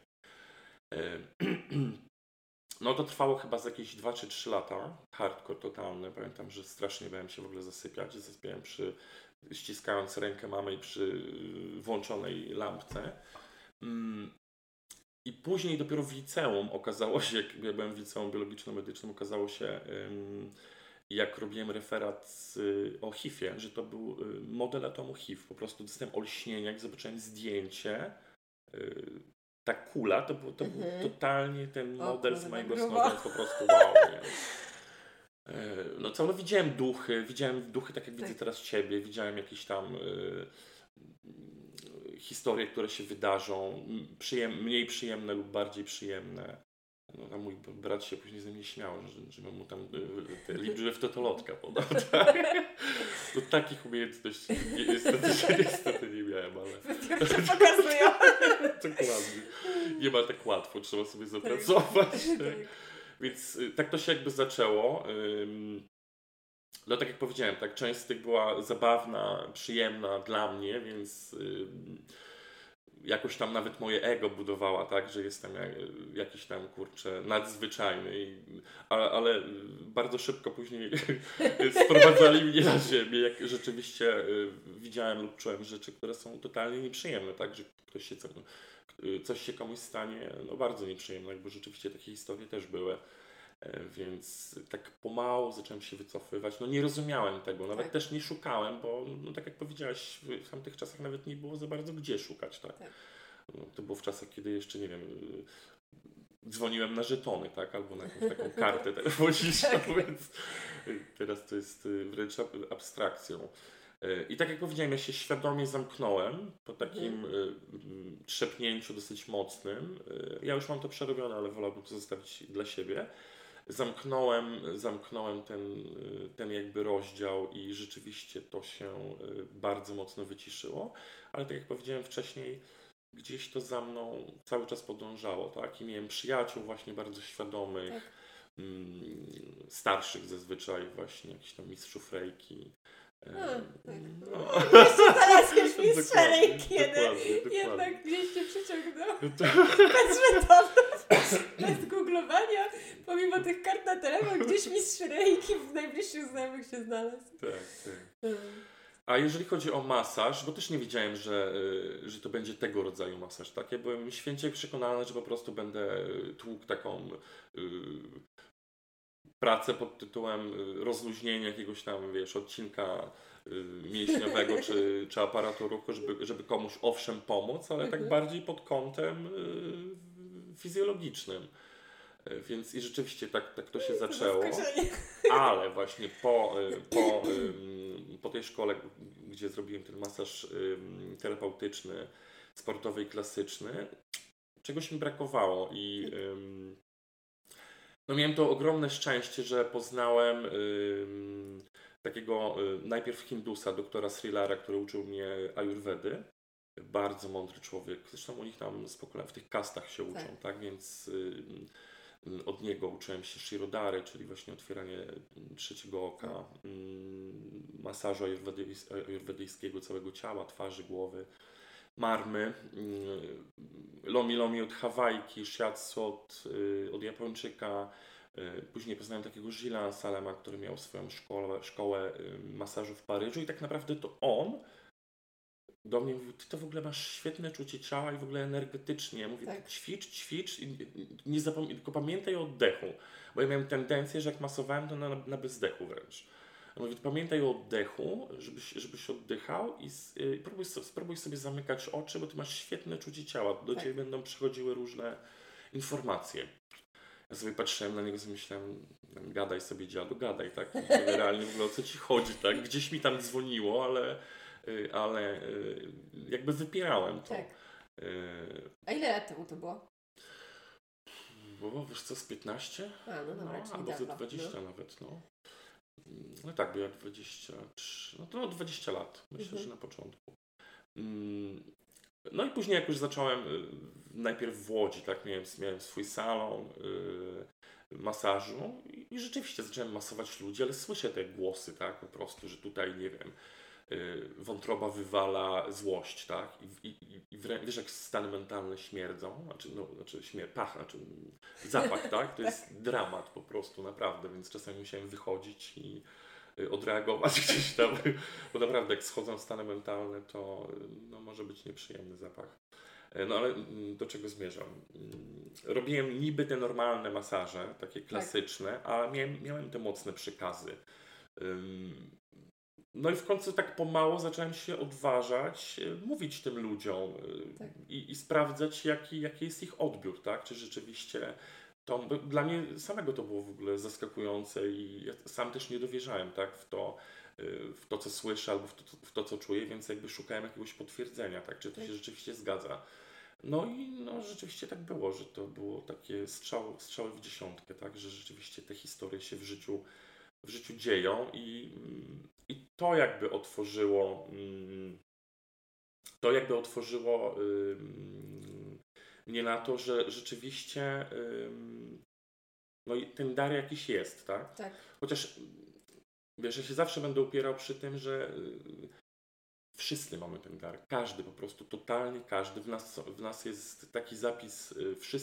Speaker 2: No to trwało chyba z jakieś 2 czy 3 lata. Hardcore totalny. Pamiętam, że strasznie bałem się w ogóle zasypiać. Zasypiałem ściskając rękę mamy przy włączonej lampce. I później dopiero w liceum okazało się, jak ja byłem w liceum biologiczno-medycznym, okazało się, jak robiłem referat o HIV-ie, że to był model atomu HIV. Po prostu dostałem olśnienia, jak zobaczyłem zdjęcie, ta kula, to był totalnie ten model z mojego snu, więc po prostu wow. Nie? No co, no widziałem duchy tak jak widzę teraz Ciebie, widziałem jakieś tam historie, które się wydarzą, mniej przyjemne lub bardziej przyjemne. No, a mój brat się później ze mnie śmiał, że mu tam te liczby w totolotka podał. Tak? No takich umiejętności niestety nie miałem, ale...
Speaker 1: To się pokazują.
Speaker 2: Dokładnie. Nie ma tak łatwo, trzeba sobie zapracować. Tak? Więc tak to się jakby zaczęło. No tak jak powiedziałem, tak, część z tych była zabawna, przyjemna dla mnie, więc jakoś tam nawet moje ego budowała, tak, że jestem jakiś tam, kurczę, nadzwyczajny, ale bardzo szybko później sprowadzali mnie na ziemię, jak rzeczywiście widziałem lub czułem rzeczy, które są totalnie nieprzyjemne, tak, że coś się komuś stanie, no bardzo nieprzyjemne, bo rzeczywiście takie historie też były. Więc tak pomału zacząłem się wycofywać. No nie rozumiałem tego, nawet też nie szukałem, bo no, tak jak powiedziałaś, w tamtych czasach nawet nie było za bardzo gdzie szukać. Tak? No, to było w czasach, kiedy jeszcze, nie wiem, dzwoniłem na żetony, tak? Albo na jakąś taką kartę telefoniczną, więc teraz to jest wręcz abstrakcją. I tak jak powiedziałem, ja się świadomie zamknąłem po takim trzepnięciu dosyć mocnym. Ja już mam to przerobione, ale wolałbym to zostawić dla siebie. Zamknąłem ten jakby rozdział i rzeczywiście to się bardzo mocno wyciszyło, ale tak jak powiedziałem wcześniej, gdzieś to za mną cały czas podążało, tak? I miałem przyjaciół właśnie bardzo świadomych, starszych zazwyczaj właśnie, jakichś tam mistrzów rejki.
Speaker 1: Jeszcze teraz już mistrz rejki jednak gdzieś cię przyciągnął. Bez żetonów, bez googlowania, pomimo tych kart na telefon, gdzieś mistrz rejki w najbliższych znajomych się znalazł.
Speaker 2: Tak. A jeżeli chodzi o masaż, bo też nie wiedziałem, że to będzie tego rodzaju masaż, tak? Ja byłem święcie przekonany, że po prostu będę tłukł taką pracę pod tytułem rozluźnienie jakiegoś tam, wiesz, odcinka mięśniowego czy aparatu ruchu, żeby komuś owszem pomóc, ale tak bardziej pod kątem fizjologicznym. Więc i rzeczywiście tak to się zaczęło. Ale właśnie po tej szkole, gdzie zrobiłem ten masaż terapeutyczny, sportowy i klasyczny, czegoś mi brakowało i no miałem to ogromne szczęście, że poznałem takiego najpierw Hindusa, doktora Srilara, który uczył mnie ajurwedy. Bardzo mądry człowiek. Zresztą u nich tam w tych kastach się uczą, tak? Więc od niego uczyłem się Shirodary, czyli właśnie otwieranie trzeciego oka, masażu ajurwedyjskiego całego ciała, twarzy, głowy, marmy, lomi od Hawajki, shiatsu od Japończyka. Później poznałem takiego Gilles Salema, który miał swoją szkołę masażu w Paryżu i tak naprawdę to on do mnie mówił, ty to w ogóle masz świetne czucie ciała i w ogóle energetycznie. Mówię, ćwicz i tylko pamiętaj o oddechu. Bo ja miałem tendencję, że jak masowałem, to na bezdechu wręcz. Mówię, pamiętaj o oddechu, żebyś oddychał i spróbuj sobie zamykać oczy, bo ty masz świetne czucie ciała. Do ciebie będą przychodziły różne informacje. Ja sobie patrzyłem na niego i myślałem, gadaj sobie dziadu, gadaj, tak? Generalnie w ogóle o co ci chodzi, tak? Gdzieś mi tam dzwoniło, ale jakby wypierałem to.
Speaker 1: Tak. A ile lat temu to było?
Speaker 2: Było, wiesz co, z 15?
Speaker 1: A, no dobra, czyli
Speaker 2: albo ze
Speaker 1: dawno.
Speaker 2: 20 nawet, no. No tak, bo ja 23, no to 20 lat, myślę, że na początku. No i później jak już zacząłem, najpierw w Łodzi, tak, miałem swój salon masażu i rzeczywiście zacząłem masować ludzi, ale słyszę te głosy, tak, po prostu, że tutaj, nie wiem, wątroba wywala złość, tak, i wiesz, jak stany mentalne śmierdzą, zapach, tak, to jest dramat po prostu, naprawdę, więc czasami musiałem wychodzić i odreagować gdzieś tam, bo naprawdę jak schodzą stany mentalne, to no, może być nieprzyjemny zapach. No ale do czego zmierzam? Robiłem niby te normalne masaże, takie klasyczne, a miałem te mocne przekazy. No i w końcu tak pomału zacząłem się odważać, mówić tym ludziom i sprawdzać, jaki jest ich odbiór, tak? Czy rzeczywiście to, dla mnie samego to było w ogóle zaskakujące i ja sam też nie dowierzałem, tak? W to, co słyszę albo w to, co czuję, więc jakby szukałem jakiegoś potwierdzenia, tak? Czy to się rzeczywiście zgadza. No i no, rzeczywiście tak było, że to było takie strzały w dziesiątkę, tak? Że rzeczywiście te historie się w życiu dzieją i to jakby otworzyło mnie na to, że rzeczywiście no i ten dar jakiś jest, tak?
Speaker 1: Tak.
Speaker 2: Chociaż wiesz, ja się zawsze będę upierał przy tym, że wszyscy mamy ten dar. Każdy, po prostu totalnie każdy. W nas jest taki zapis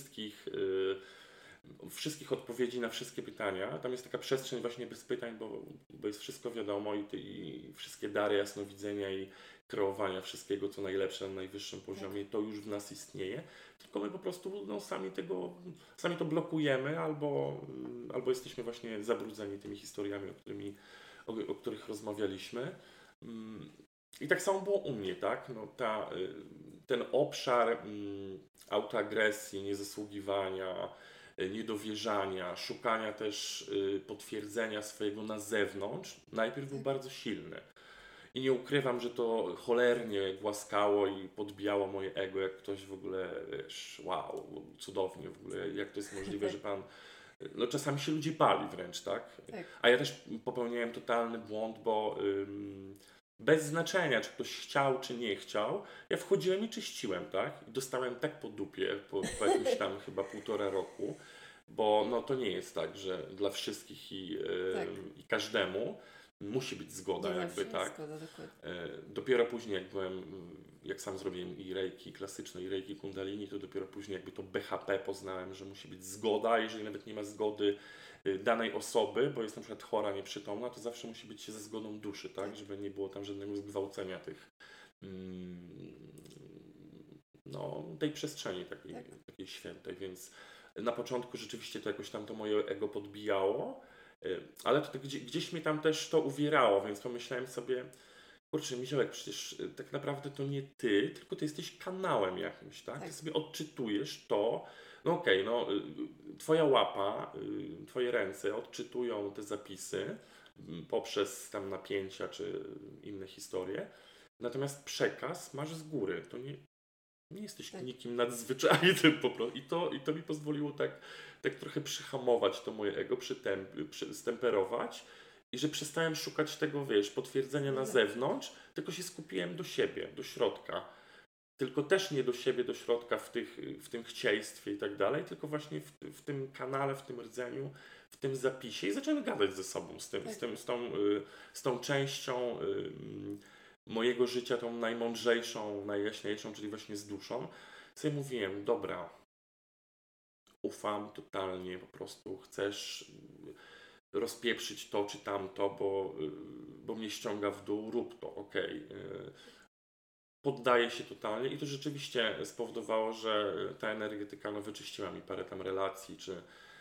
Speaker 2: wszystkich odpowiedzi na wszystkie pytania. Tam jest taka przestrzeń właśnie bez pytań, bo jest wszystko wiadomo i wszystkie dary jasnowidzenia i kreowania wszystkiego, co najlepsze na najwyższym poziomie, to już w nas istnieje. Tylko my po prostu no, sami to blokujemy albo jesteśmy właśnie zabrudzeni tymi historiami, o których rozmawialiśmy. I tak samo było u mnie, tak? No, ten obszar autoagresji, niezasługiwania, niedowierzania, szukania też potwierdzenia swojego na zewnątrz, najpierw był bardzo silny. I nie ukrywam, że to cholernie głaskało i podbijało moje ego, jak ktoś w ogóle, wiesz, wow, cudownie w ogóle, jak to jest możliwe, że pan... No czasami się ludzie bali wręcz, tak? A ja też popełniałem totalny błąd, bo bez znaczenia, czy ktoś chciał, czy nie chciał, ja wchodziłem i czyściłem, tak? I dostałem tak po dupie po jakimś tam chyba 1,5 roku, bo no to nie jest tak, że dla wszystkich i każdemu musi być zgoda, jakby tak.
Speaker 1: Zgoda,
Speaker 2: Dopiero później, jak sam zrobiłem i reiki klasyczne, i reiki kundalini, to dopiero później jakby to BHP poznałem, że musi być zgoda, jeżeli nawet nie ma zgody danej osoby, bo jest na przykład chora, nieprzytomna, to zawsze musi być ze zgodą duszy, tak? Żeby nie było tam żadnego zgwałcenia tej przestrzeni takiej świętej, więc na początku rzeczywiście to jakoś tam to moje ego podbijało, ale to gdzieś mnie tam też to uwierało, więc pomyślałem sobie, kurczę, Miziołek, przecież tak naprawdę to nie ty, tylko ty jesteś kanałem jakimś, tak? Ty sobie odczytujesz to, no okej, twoja łapa, twoje ręce odczytują te zapisy poprzez tam napięcia czy inne historie, natomiast przekaz masz z góry, to nie jesteś nikim nadzwyczajnym po prostu. I to mi pozwoliło tak trochę przyhamować to moje ego, stemperować i że przestałem szukać tego, wiesz, potwierdzenia na zewnątrz, tylko się skupiłem do siebie, do środka. Tylko też nie do siebie, do środka w tym chcieństwie i tak dalej, tylko właśnie w tym kanale, w tym rdzeniu, w tym zapisie i zacząłem gadać ze sobą, z tą częścią mojego życia, tą najmądrzejszą, najjaśniejszą, czyli właśnie z duszą. Sobie mówiłem, dobra, ufam totalnie, po prostu chcesz rozpieprzyć to czy tamto, bo mnie ściąga w dół, rób to, okej. Poddaję się totalnie i to rzeczywiście spowodowało, że ta energetyka wyczyściła mi parę tam relacji,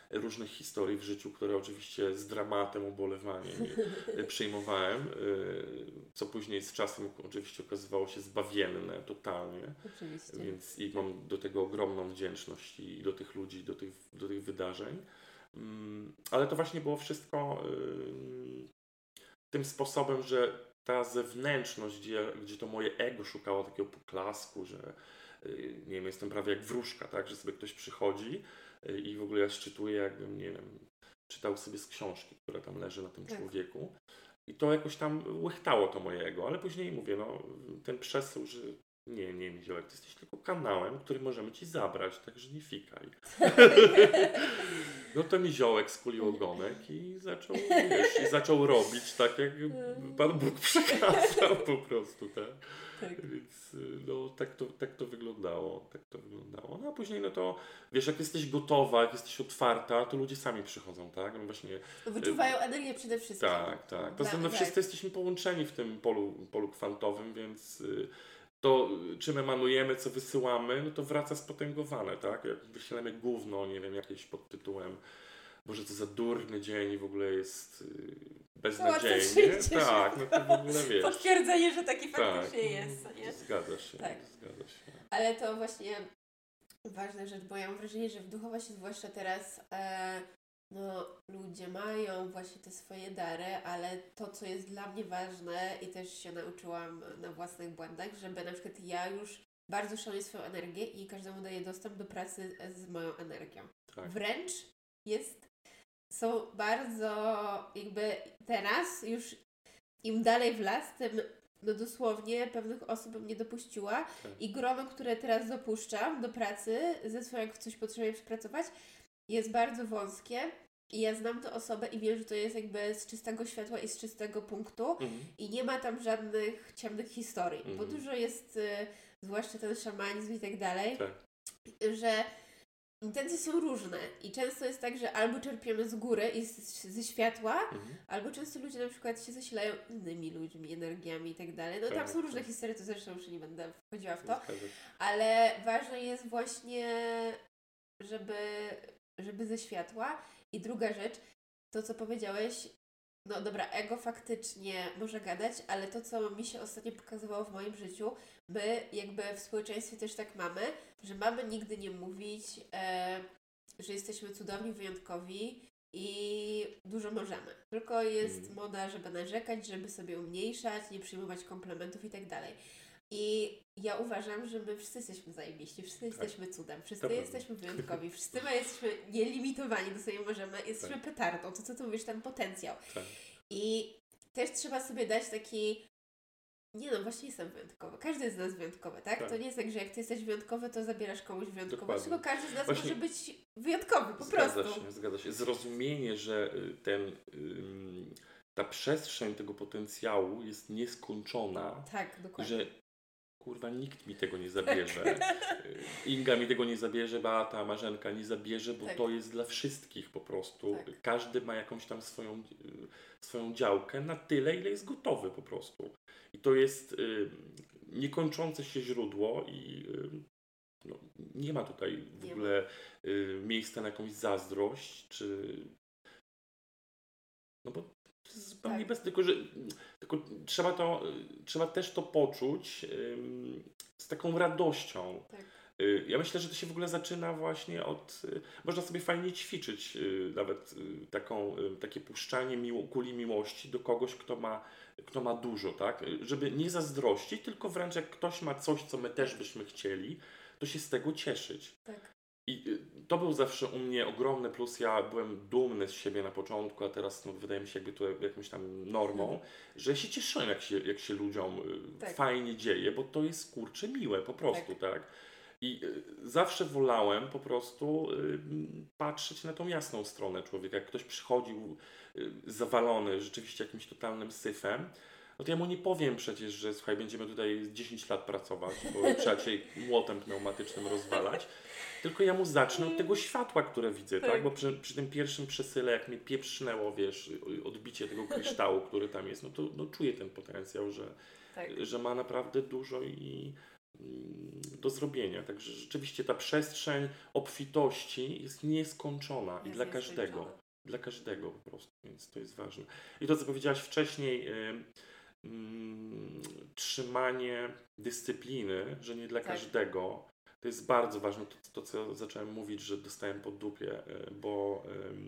Speaker 2: różnych historii w życiu, które oczywiście z dramatem, ubolewaniem przyjmowałem, co później z czasem oczywiście okazywało się zbawienne totalnie.
Speaker 1: Oczywiście.
Speaker 2: Więc i mam do tego ogromną wdzięczność i do tych ludzi, do tych wydarzeń. Ale to właśnie było wszystko tym sposobem, że ta zewnętrzność, gdzie to moje ego szukało takiego poklasku, że nie wiem, jestem prawie jak wróżka, tak, że sobie ktoś przychodzi i w ogóle ja szczytuję, jakbym, nie wiem, czytał sobie z książki, która tam leży na tym człowieku. I to jakoś tam łechtało to moje ego, ale później mówię, no, ten przesył, że nie, Miziołek, ty jesteś tylko kanałem, który możemy ci zabrać, także nie fikaj. No to Miziołek skulił ogonek i zaczął robić tak, jak Pan Bóg przekazał po prostu, tak? Więc no, tak to wyglądało. No a później, no to wiesz, jak jesteś gotowa, jak jesteś otwarta, to ludzie sami przychodzą, tak? No właśnie,
Speaker 1: wyczuwają energię przede wszystkim.
Speaker 2: Tak. Poza tym wszyscy jesteśmy połączeni w tym polu kwantowym, więc to, czym emanujemy, co wysyłamy, no to wraca spotęgowane, tak? Jak wyślemy gówno, nie wiem, jakieś pod tytułem Boże, to za durny dzień i w ogóle jest beznadziejnie. Tak, no to w ogóle wiesz.
Speaker 1: Potwierdzenie, że taki faktycznie jest. Nie?
Speaker 2: Zgadza się.
Speaker 1: Ale to właśnie ważna rzecz, bo ja mam wrażenie, że w duchowości, zwłaszcza teraz, no, ludzie mają właśnie te swoje dary, ale to, co jest dla mnie ważne i też się nauczyłam na własnych błędach, żeby na przykład ja już bardzo szanuję swoją energię i każdemu daję dostęp do pracy z moją energią.
Speaker 2: Tak.
Speaker 1: Wręcz są bardzo jakby teraz już im dalej w las, tym no dosłownie pewnych osób bym nie dopuściła i grono, które teraz dopuszczam do pracy ze swoją, jak coś potrzebuję przepracować, jest bardzo wąskie i ja znam tę osobę i wiem, że to jest jakby z czystego światła i z czystego punktu i nie ma tam żadnych ciemnych historii, bo dużo jest, zwłaszcza ten szamanizm i tak dalej, że intencje są różne i często jest tak, że albo czerpiemy z góry i ze światła, albo często ludzie na przykład się zasilają innymi ludźmi, energiami i tak dalej. No tam są różne historie, to zresztą już nie będę wchodziła w to, ale ważne jest właśnie, żeby ze światła. I druga rzecz, to co powiedziałeś, no dobra, ego faktycznie może gadać, ale to co mi się ostatnio pokazywało w moim życiu, my jakby w społeczeństwie też tak mamy, że mamy nigdy nie mówić, że jesteśmy cudowni, wyjątkowi i dużo możemy. Tylko jest moda, żeby narzekać, żeby sobie umniejszać, nie przyjmować komplementów i tak dalej. I ja uważam, że my wszyscy jesteśmy zajebiści, wszyscy jesteśmy cudem, wszyscy jesteśmy wyjątkowi, wszyscy jesteśmy nielimitowani, do sobie możemy, jesteśmy petardą, to co tu mówisz, ten potencjał. I też trzeba sobie dać taki, nie no, właśnie jestem wyjątkowy, każdy z nas wyjątkowy, tak? To nie jest tak, że jak ty jesteś wyjątkowy, to zabierasz komuś wyjątkowość, tylko każdy z nas może być wyjątkowy, po prostu.
Speaker 2: Zgadza się. Zrozumienie, że ta przestrzeń tego potencjału jest nieskończona.
Speaker 1: Tak, dokładnie.
Speaker 2: Że kurwa, nikt mi tego nie zabierze. Inga mi tego nie zabierze, Beata, Marzenka nie zabierze, bo to jest dla wszystkich po prostu. Każdy ma jakąś tam swoją działkę na tyle, ile jest gotowy po prostu. I to jest niekończące się źródło i no, nie ma tutaj w ogóle miejsca na jakąś zazdrość, czy... No bo to jest zupełnie bez... Tylko trzeba też to poczuć z taką radością. Ja myślę, że to się w ogóle zaczyna właśnie od... Można sobie fajnie ćwiczyć nawet takie puszczanie kuli miłości do kogoś, kto ma dużo, tak? Żeby nie zazdrościć, tylko wręcz jak ktoś ma coś, co my też byśmy chcieli, to się z tego cieszyć. I to był zawsze u mnie ogromny plus. Ja byłem dumny z siebie na początku, a teraz no, wydaje mi się jakby to jakąś tam normą, że się cieszyłem, jak się ludziom fajnie dzieje, bo to jest kurczę miłe po prostu, tak? I zawsze wolałem po prostu patrzeć na tą jasną stronę człowieka. Jak ktoś przychodził zawalony rzeczywiście jakimś totalnym syfem, no to ja mu nie powiem przecież, że słuchaj, będziemy tutaj 10 lat pracować, bo trzeba cię młotem pneumatycznym rozwalać. Tylko ja mu zacznę od tego światła, które widzę, tak? Bo przy tym pierwszym przesyle, jak mnie pieprznęło, wiesz, odbicie tego kryształu, który tam jest, no to czuję ten potencjał, że ma naprawdę dużo i do zrobienia. Także rzeczywiście ta przestrzeń obfitości jest nieskończona i dla każdego. Dla każdego po prostu, więc to jest ważne. I to, co powiedziałaś wcześniej, trzymanie dyscypliny, że nie dla każdego, to jest bardzo ważne. To, co zacząłem mówić, że dostałem po dupie, bo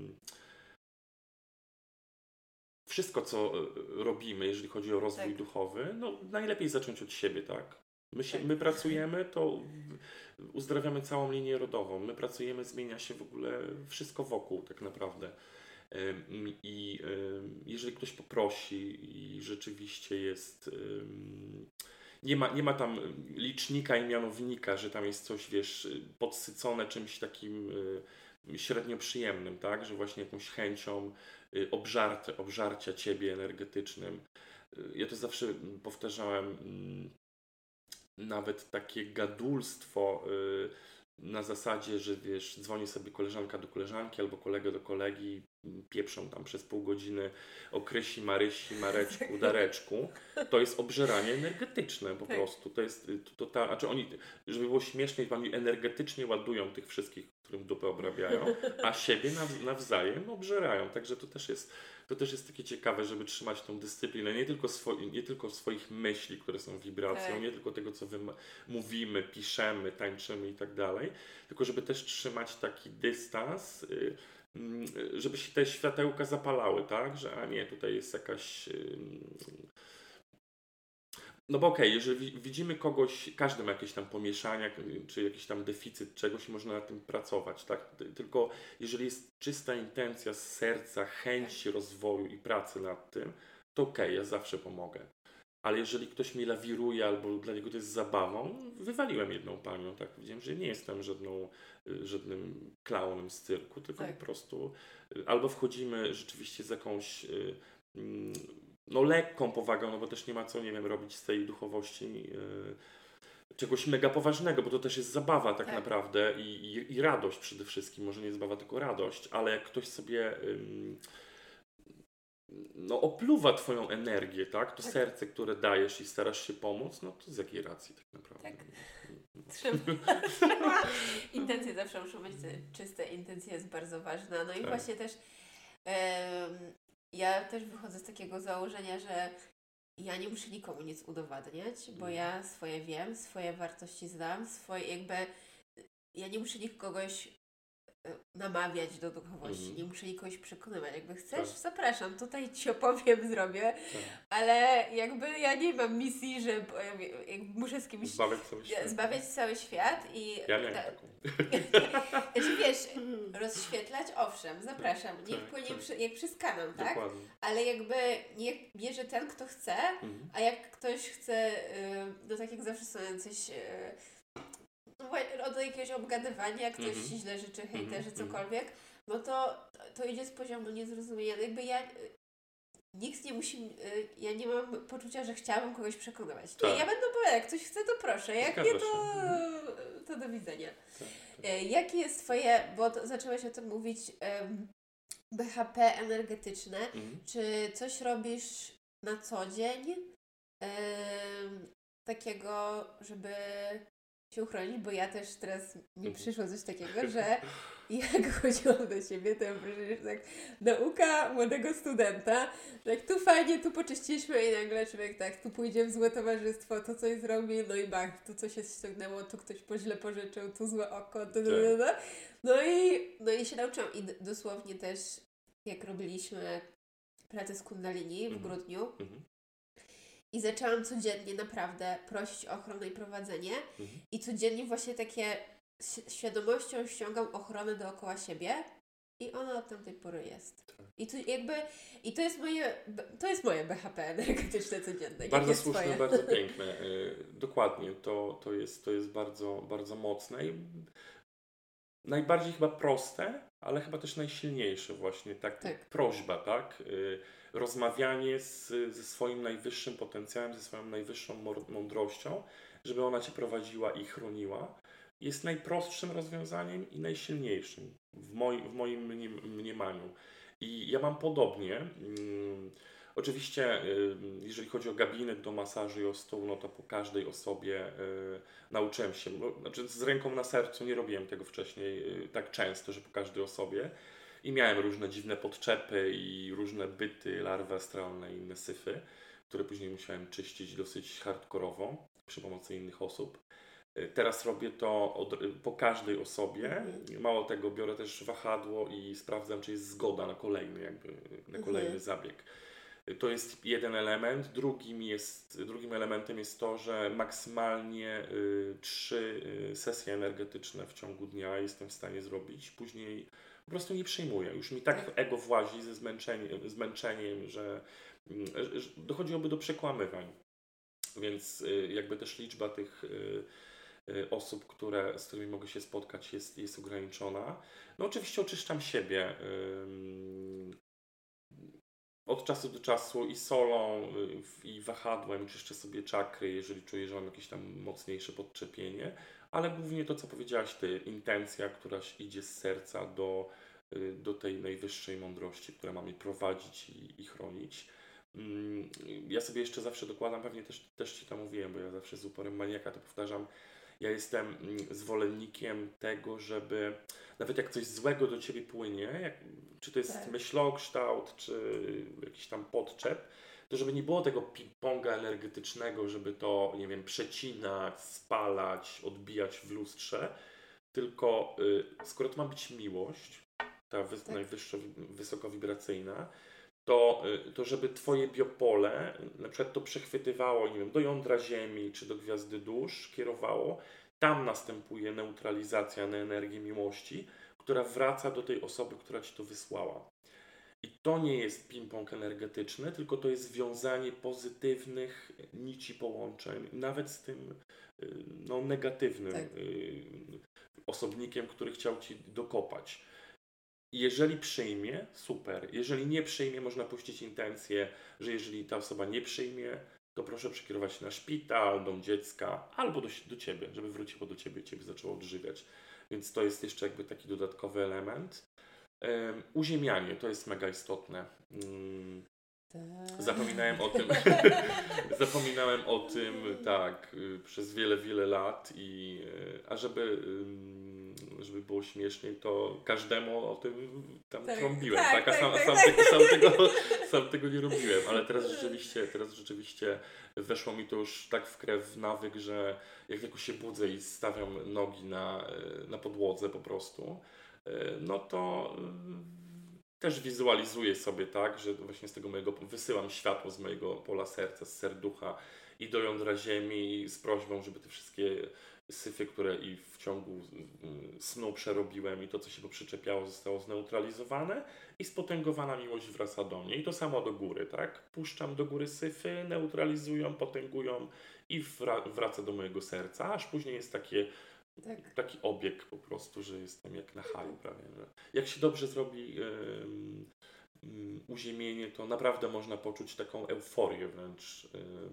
Speaker 2: wszystko, co robimy, jeżeli chodzi o rozwój duchowy, no najlepiej zacząć od siebie, tak? My pracujemy, to uzdrawiamy całą linię rodową. My pracujemy, zmienia się w ogóle wszystko wokół tak naprawdę. I jeżeli ktoś poprosi i rzeczywiście jest... Nie ma tam licznika i mianownika, że tam jest coś, wiesz, podsycone czymś takim średnio przyjemnym, tak? Że właśnie jakąś chęcią obżarcia ciebie energetycznym. Ja to zawsze powtarzałem, nawet takie gadulstwo na zasadzie, że wiesz, dzwoni sobie koleżanka do koleżanki albo kolega do kolegi, pieprzą tam przez pół godziny o Krysi, Marysi, Mareczku, Dareczku, to jest obżeranie energetyczne po prostu. To jest, znaczy oni, żeby było śmieszniej, oni energetycznie ładują tych wszystkich, którym dupę obrabiają, a siebie nawzajem obżerają. Także to też jest takie ciekawe, żeby trzymać tą dyscyplinę, nie tylko swoich myśli, które są wibracją, nie tylko tego, co mówimy, piszemy, tańczymy i tak dalej, tylko żeby też trzymać taki dystans, żeby się te światełka zapalały, tak? Że a nie, tutaj jest jakaś... No bo okej, jeżeli widzimy kogoś, każdy ma jakieś tam pomieszania, czy jakiś tam deficyt czegoś, można na tym pracować, tak? Tylko jeżeli jest czysta intencja z serca, chęć rozwoju i pracy nad tym, to okej, ja zawsze pomogę. Ale jeżeli ktoś mi lawiruje, albo dla niego to jest zabawą, wywaliłem jedną panią, tak? Powiedziałem, że nie jestem żadnym klaunem z cyrku, tylko po prostu albo wchodzimy rzeczywiście z jakąś no lekką powagą, no bo też nie ma co, nie wiem, robić z tej duchowości czegoś mega poważnego, bo to też jest zabawa tak naprawdę i radość przede wszystkim, może nie zabawa, tylko radość, ale jak ktoś sobie no opluwa twoją energię, tak? To serce, które dajesz i starasz się pomóc, no to z jakiej racji tak naprawdę?
Speaker 1: Intencje zawsze muszą być czyste, intencja jest bardzo ważna. No i właśnie też ja też wychodzę z takiego założenia, że ja nie muszę nikomu nic udowadniać, bo ja swoje wiem, swoje wartości znam, ja nie muszę nikogoś namawiać do duchowości, nie muszę nikogoś przekonywać. Jakby chcesz, zapraszam, tutaj ci opowiem, zrobię, ale jakby ja nie mam misji, że muszę z kimś zbawiać cały świat i
Speaker 2: ja miałem taką.
Speaker 1: Znaczy wiesz, rozświetlać, owszem, zapraszam, niech płynie jak przez kanał, tak?
Speaker 2: Dokładnie.
Speaker 1: Ale jakby niech bierze ten, kto chce, a jak ktoś chce, no tak jak zawsze są coś od jakiegoś obgadywania, jak ktoś ci źle życzy, hejterzy, cokolwiek, no to idzie z poziomu niezrozumienia. Jakby nikt nie musi, ja nie mam poczucia, że chciałabym kogoś przekonywać. Nie, ja będę powiedziała, jak ktoś chce, to proszę, jak nie, to do widzenia. Jakie jest twoje, bo zaczęłaś o tym mówić, BHP energetyczne, czy coś robisz na co dzień takiego, żeby się uchronić, bo ja też teraz mi przyszło coś takiego, że jak chodziłam do siebie, to ja przecież tak nauka młodego studenta, tak tu fajnie, tu poczyściliśmy i nagle człowiek tak, tu pójdzie w złe towarzystwo, tu coś zrobi, no i bach, tu coś się ściągnęło, tu ktoś po źle pożyczył, tu złe oko, no i się nauczyłam i dosłownie też jak robiliśmy pracę z Kundalini w grudniu, i zaczęłam codziennie naprawdę prosić o ochronę i prowadzenie. I codziennie właśnie takie świadomością ściągam ochronę dookoła siebie i ona od tamtej pory jest. I to jest moje BHP energetyczne codzienne.
Speaker 2: Bardzo słuszne, twoje? Bardzo piękne. Dokładnie, to jest bardzo, bardzo mocne i najbardziej chyba proste, ale chyba też najsilniejsze właśnie, tak. Prośba, tak? Rozmawianie ze swoim najwyższym potencjałem, ze swoją najwyższą mądrością, żeby ona cię prowadziła i chroniła, jest najprostszym rozwiązaniem i najsilniejszym w moim mniemaniu. I ja mam podobnie. Oczywiście, jeżeli chodzi o gabinet do masażu i o stół, no to po każdej osobie nauczyłem się, znaczy z ręką na sercu nie robiłem tego wcześniej tak często, że po każdej osobie i miałem różne dziwne podczepy i różne byty, larwy astralne i inne syfy, które później musiałem czyścić dosyć hardkorowo przy pomocy innych osób. Teraz robię to po każdej osobie. Mało tego, biorę też wahadło i sprawdzam, czy jest zgoda na kolejny, na kolejny zabieg. To jest jeden element. Drugim elementem jest to, że maksymalnie 3 sesje energetyczne w ciągu dnia jestem w stanie zrobić. Później po prostu nie przyjmuję. Już mi tak w ego włazi ze zmęczeniem, że dochodziłoby do przekłamywań. Więc jakby też liczba tych osób, z którymi mogę się spotkać jest ograniczona. No oczywiście oczyszczam siebie od czasu do czasu i solą, i wahadłem, czyszczę sobie czakry, jeżeli czuję, że mam jakieś tam mocniejsze podczepienie, ale głównie to, co powiedziałaś Ty, intencja, która idzie z serca do tej najwyższej mądrości, która ma mnie prowadzić i chronić. Ja sobie jeszcze zawsze dokładam, pewnie też Ci to mówiłem, bo ja zawsze z uporem maniaka to powtarzam, ja jestem zwolennikiem tego, żeby nawet jak coś złego do Ciebie płynie, czy to jest myślokształt, czy jakiś tam podczep, to żeby nie było tego ping-ponga energetycznego, żeby to, nie wiem, przecinać, spalać, odbijać w lustrze, tylko skoro to ma być miłość, ta najwyższa, wysokowibracyjna, to żeby Twoje biopole na przykład to przechwytywało, nie wiem, do jądra Ziemi czy do gwiazdy dusz kierowało, tam następuje neutralizacja na energię miłości, która wraca do tej osoby, która Ci to wysłała. I to nie jest ping-pong energetyczny, tylko to jest związanie pozytywnych nici połączeń, nawet z tym negatywnym osobnikiem, który chciał Ci dokopać. Jeżeli przyjmie, super. Jeżeli nie przyjmie, można puścić intencję, że jeżeli ta osoba nie przyjmie, to proszę przekierować na szpital, dom dziecka albo do Ciebie, żeby wróciło do Ciebie, Ciebie zaczęło odżywiać. Więc to jest jeszcze jakby taki dodatkowy element. Uziemianie, to jest mega istotne. Zapominałem o tym. Zapominałem o tym, tak, przez wiele, wiele lat a żeby było śmieszniej, to każdemu o tym tam trąbiłem, tak? A sam tego nie robiłem, ale teraz rzeczywiście weszło mi to już tak w krew, w nawyk, że jak tylko się budzę i stawiam nogi na podłodze po prostu, no to też wizualizuję sobie tak, że właśnie z tego wysyłam światło z mojego pola serca, z serducha i do jądra Ziemi z prośbą, żeby te wszystkie syfy, które i w ciągu snu przerobiłem i to, co się poprzyczepiało, zostało zneutralizowane i spotęgowana miłość wraca do mnie. I to samo do góry, tak? Puszczam do góry syfy, neutralizują, potęgują i wraca do mojego serca, aż później jest taki obieg po prostu, że jestem jak na haju prawie. Że jak się dobrze zrobi uziemienie, to naprawdę można poczuć taką euforię wręcz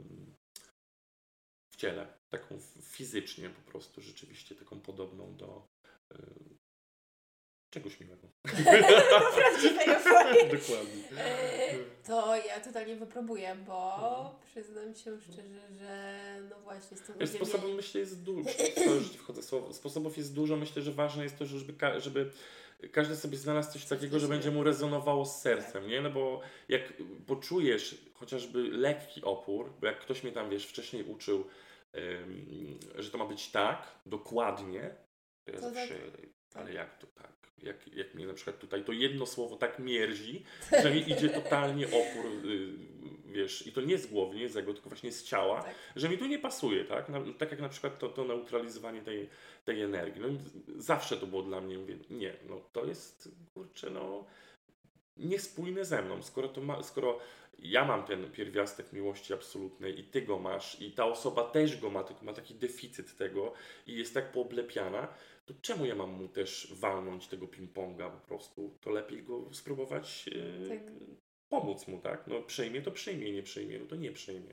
Speaker 2: w ciele, taką fizycznie po prostu, rzeczywiście taką podobną do czegoś miłego.
Speaker 1: Prawdziwej euforii.
Speaker 2: Dokładnie.
Speaker 1: To ja totalnie wypróbuję, bo przyznam się szczerze, że no właśnie z tym uziemieniem...
Speaker 2: Sposobów myślę jest dużo. Sposobów jest dużo. Myślę, że ważne jest to, żeby każdy sobie znalazł coś takiego, że będzie mu rezonowało z sercem, nie? No bo jak poczujesz chociażby lekki opór, bo jak ktoś mnie tam, wcześniej uczył, że to ma być tak, dokładnie, to ja zawsze, ale jak to tak? Jak mnie na przykład tutaj to jedno słowo tak mierzi, że mi idzie totalnie opór, i to nie z głowy, nie z ego, tylko właśnie z ciała, że mi tu nie pasuje, tak? Tak jak na przykład to neutralizowanie tej energii. No, zawsze to było dla mnie, mówię, nie, no to jest, kurczę, no niespójne ze mną, skoro ja mam ten pierwiastek miłości absolutnej i Ty go masz i ta osoba też go ma, tylko ma taki deficyt tego i jest tak pooblepiana, to czemu ja mam mu też walnąć tego ping-ponga po prostu? To lepiej go spróbować pomóc mu, tak? No przyjmie, to przyjmie, nie przyjmie, no to nie przyjmie.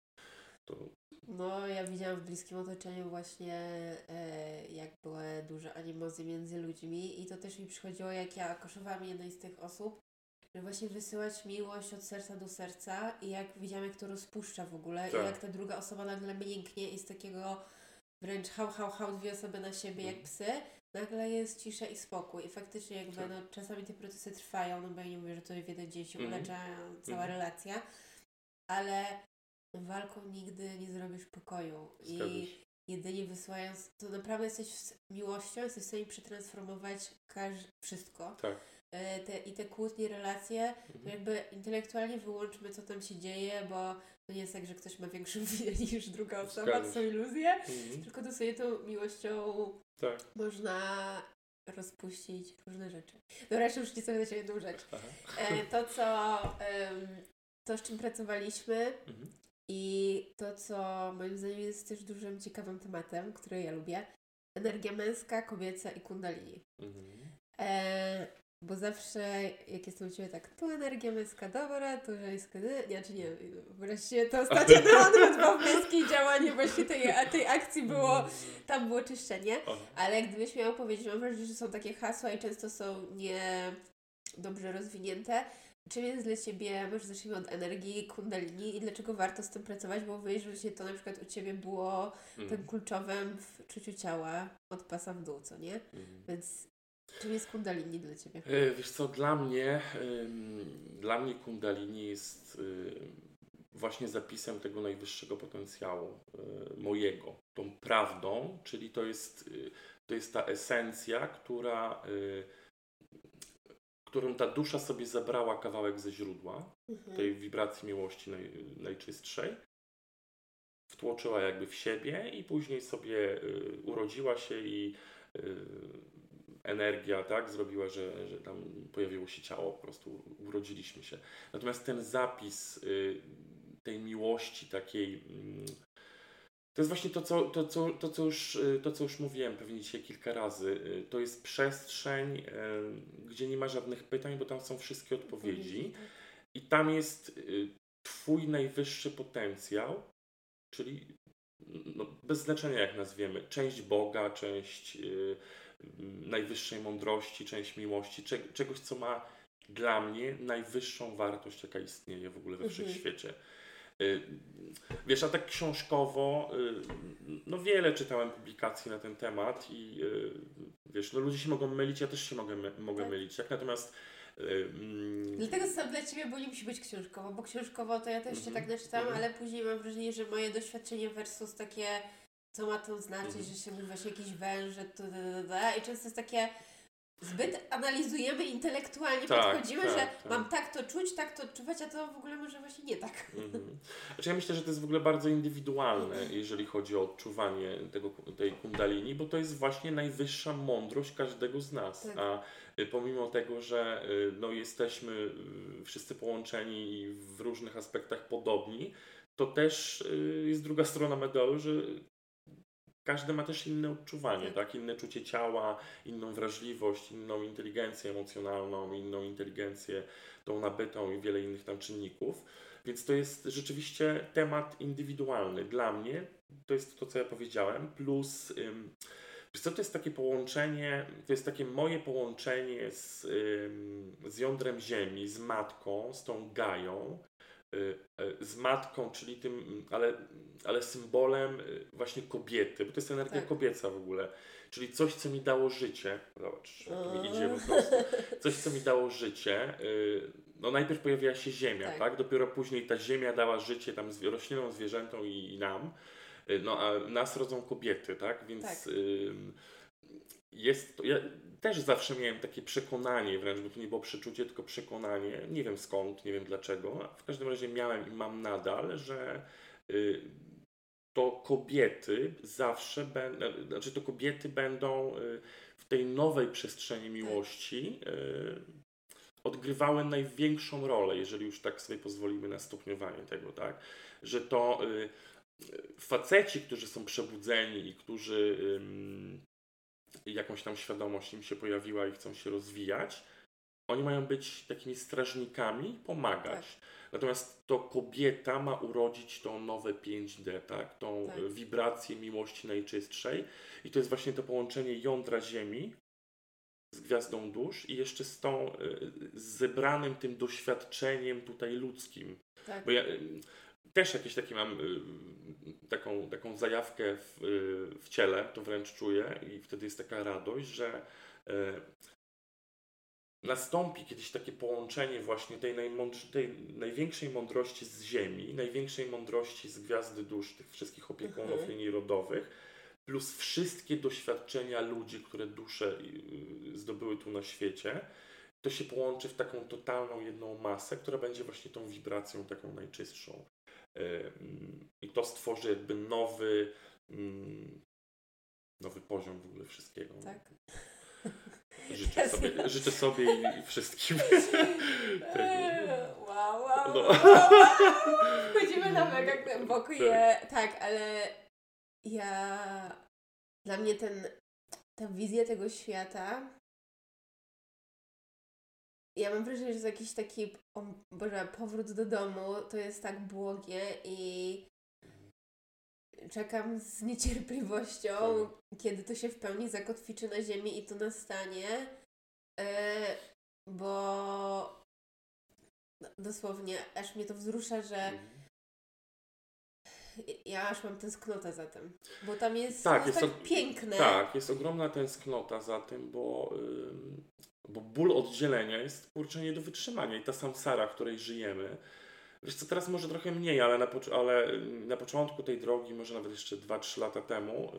Speaker 1: No, ja widziałam w bliskim otoczeniu właśnie, jak były duże animozje między ludźmi i to też mi przychodziło, jak ja koszowałam jednej z tych osób że właśnie wysyłać miłość od serca do serca i jak widziałam, jak to rozpuszcza w ogóle i
Speaker 2: Tak.
Speaker 1: jak ta druga osoba nagle mięknie i z takiego wręcz hał, dwie osoby na siebie jak psy, nagle jest cisza i spokój. I faktycznie jakby
Speaker 2: Tak.
Speaker 1: no, czasami te procesy trwają, no bo ja nie mówię, że to w jeden dzień się ulecza cała
Speaker 2: Mhm.
Speaker 1: relacja, ale walką nigdy nie zrobisz pokoju.
Speaker 2: Zgadza
Speaker 1: I
Speaker 2: się.
Speaker 1: jedynie wysyłając, to naprawdę miłością, jesteś w stanie przetransformować wszystko.
Speaker 2: Tak.
Speaker 1: I te kłótnie, relacje, to
Speaker 2: Mhm.
Speaker 1: jakby intelektualnie wyłączmy, co tam się dzieje, bo to nie jest tak, że ktoś ma większą winę niż druga osoba,
Speaker 2: Zgadza
Speaker 1: to są
Speaker 2: się.
Speaker 1: iluzje,
Speaker 2: Mhm.
Speaker 1: tylko dosłownie tą miłością
Speaker 2: Tak.
Speaker 1: można rozpuścić różne rzeczy. Dobra, jeszcze muszę Ci sobie dać jedną rzecz.
Speaker 2: Aha.
Speaker 1: To, z czym pracowaliśmy
Speaker 2: Mhm.
Speaker 1: i to, co moim zdaniem jest też dużym, ciekawym tematem, który ja lubię. Energia męska, kobieca i kundalini.
Speaker 2: Mhm.
Speaker 1: Bo zawsze, jak jestem u Ciebie, tak, tu energia męska dobra, tu żeńska, nie, wreszcie to ostatnio na odwrót, bo w męskiej działaniu właśnie tej akcji było, tam było czyszczenie, ale gdybyś miał powiedzieć, mam wrażenie, że są takie hasła i często są nie dobrze rozwinięte. Czym jest dla Ciebie, może zacznijmy od energii kundalini i dlaczego warto z tym pracować, bo mówisz, że właśnie to na przykład u Ciebie było tym kluczowym w czuciu ciała od pasa w dół, co nie? Więc czym jest kundalini dla Ciebie?
Speaker 2: Wiesz co, dla mnie kundalini jest właśnie zapisem tego najwyższego potencjału mojego, tą prawdą, czyli to jest ta esencja, którą ta dusza sobie zabrała kawałek ze źródła, tej wibracji miłości najczystszej, wtłoczyła jakby w siebie i później sobie urodziła się i energia, tak, zrobiła, że tam pojawiło się ciało, po prostu urodziliśmy się. Natomiast ten zapis tej miłości takiej, to jest właśnie to, co już mówiłem pewnie dzisiaj kilka razy. To jest przestrzeń, gdzie nie ma żadnych pytań, bo tam są wszystkie odpowiedzi. I tam jest Twój najwyższy potencjał, czyli no, bez znaczenia jak nazwiemy, część Boga, część najwyższej mądrości, część miłości, czegoś, co ma dla mnie najwyższą wartość, jaka istnieje w ogóle we wszechświecie. Wiesz, a tak książkowo, no wiele czytałem publikacji na ten temat i wiesz, no ludzie się mogą mylić, ja też się mogę mylić, tak? Natomiast
Speaker 1: Dlatego sam dla Ciebie, bo nie musi być książkowo, bo książkowo to ja też się tak naczytałam, ale później mam wrażenie, że moje doświadczenie versus takie, co ma to znaczyć, że się mówi właśnie jakieś węże, i często jest takie, zbyt analizujemy, intelektualnie podchodzimy, że mam tak to czuć, tak to odczuwać, a to w ogóle może właśnie nie tak.
Speaker 2: Znaczy ja myślę, że to jest w ogóle bardzo indywidualne, jeżeli chodzi o odczuwanie tej kundalini, bo to jest właśnie najwyższa mądrość każdego z nas. A pomimo tego, że no, jesteśmy wszyscy połączeni i w różnych aspektach podobni, to też jest druga strona medalu, że każdy ma też inne odczuwanie, tak? Inne czucie ciała, inną wrażliwość, inną inteligencję emocjonalną, inną inteligencję tą nabytą i wiele innych tam czynników. Więc to jest rzeczywiście temat indywidualny. Dla mnie to jest to, co ja powiedziałem, plus wiesz co, to jest takie połączenie, to jest takie moje połączenie z jądrem Ziemi, z Matką, z tą Gają, z matką, czyli tym, ale symbolem właśnie kobiety, bo to jest energia kobieca w ogóle, czyli coś, co mi dało życie. Zobacz, jak mi idzie po prostu. Coś, co mi dało życie. No najpierw pojawiła się ziemia, tak? Dopiero później ta ziemia dała życie tam roślinom, zwierzętom i nam. No a nas rodzą kobiety, tak? Więc jest to, ja też zawsze miałem takie przekonanie wręcz, bo to nie było przeczucie, tylko przekonanie, nie wiem skąd, nie wiem dlaczego, w każdym razie miałem i mam nadal, że to kobiety zawsze będą, znaczy to kobiety będą w tej nowej przestrzeni miłości odgrywały największą rolę, jeżeli już tak sobie pozwolimy na stopniowanie tego, tak? Że to faceci, którzy są przebudzeni i którzy jakąś tam świadomość im się pojawiła i chcą się rozwijać, oni mają być takimi strażnikami, pomagać. Natomiast to kobieta ma urodzić to nowe 5D, tak? Tą wibrację miłości najczystszej. I to jest właśnie to połączenie jądra Ziemi z Gwiazdą Dusz i jeszcze z tą z zebranym tym doświadczeniem tutaj ludzkim.
Speaker 1: Tak.
Speaker 2: Bo ja też jakieś takie mam taką zajawkę w ciele, to wręcz czuję i wtedy jest taka radość, że nastąpi kiedyś takie połączenie właśnie tej największej mądrości z Ziemi, największej mądrości z Gwiazdy Dusz, tych wszystkich opiekunów linii rodowych, plus wszystkie doświadczenia ludzi, które dusze zdobyły tu na świecie, to się połączy w taką totalną jedną masę, która będzie właśnie tą wibracją taką najczystszą. I to stworzy jakby nowy poziom w ogóle wszystkiego.
Speaker 1: Tak.
Speaker 2: Życzę sobie i wszystkim.
Speaker 1: Wow. Wchodzimy na mega głęboko. Tak, ale dla mnie ta wizja tego świata, ja mam wrażenie, że jest jakiś taki, powrót do domu, to jest tak błogie i czekam z niecierpliwością, kiedy to się w pełni zakotwiczy na ziemi i to nastanie, bo dosłownie aż mnie to wzrusza, że ja aż mam tęsknotę za tym, bo tam jest, jest tak piękne.
Speaker 2: Tak, jest ogromna tęsknota za tym, bo ból oddzielenia jest, kurczę, nie do wytrzymania i ta samsara, w której żyjemy. Wiesz co, teraz może trochę mniej, ale na początku tej drogi, może nawet jeszcze 2-3 lata temu,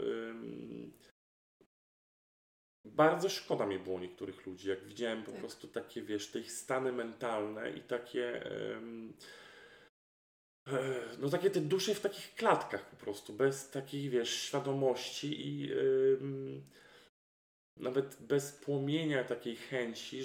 Speaker 2: bardzo szkoda mi było niektórych ludzi, jak widziałem po prostu takie, wiesz, te ich stany mentalne i takie, takie te dusze w takich klatkach po prostu, bez takiej, wiesz, świadomości i nawet bez płomienia takiej chęci,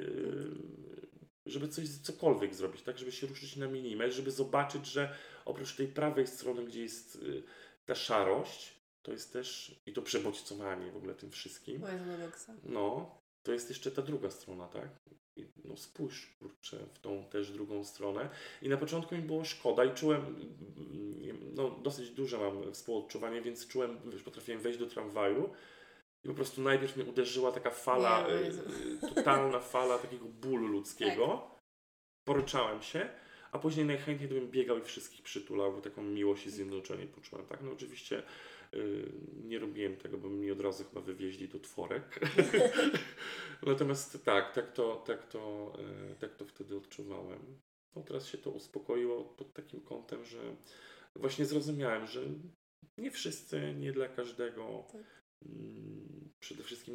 Speaker 2: żeby cokolwiek zrobić, tak, żeby się ruszyć na milimetr, żeby zobaczyć, że oprócz tej prawej strony, gdzie jest ta szarość, to jest też i to przebodźcowanie w ogóle tym wszystkim. To jest jeszcze ta druga strona, tak? No spójrz, kurczę, w tą też drugą stronę. I na początku mi było szkoda i czułem, dosyć duże mam współodczuwanie, więc potrafiłem wejść do tramwaju i po prostu najpierw mnie uderzyła taka fala, totalna fala takiego bólu ludzkiego. Poryczałem się, a później najchętniej bym biegał i wszystkich przytulał, bo taką miłość i zjednoczenie poczułem. Tak? No oczywiście nie robiłem tego, bo mi od razu chyba wywieźli do Tworek. Natomiast tak to wtedy odczuwałem. No teraz się to uspokoiło pod takim kątem, że właśnie zrozumiałem, że nie wszyscy, nie dla każdego. Przede wszystkim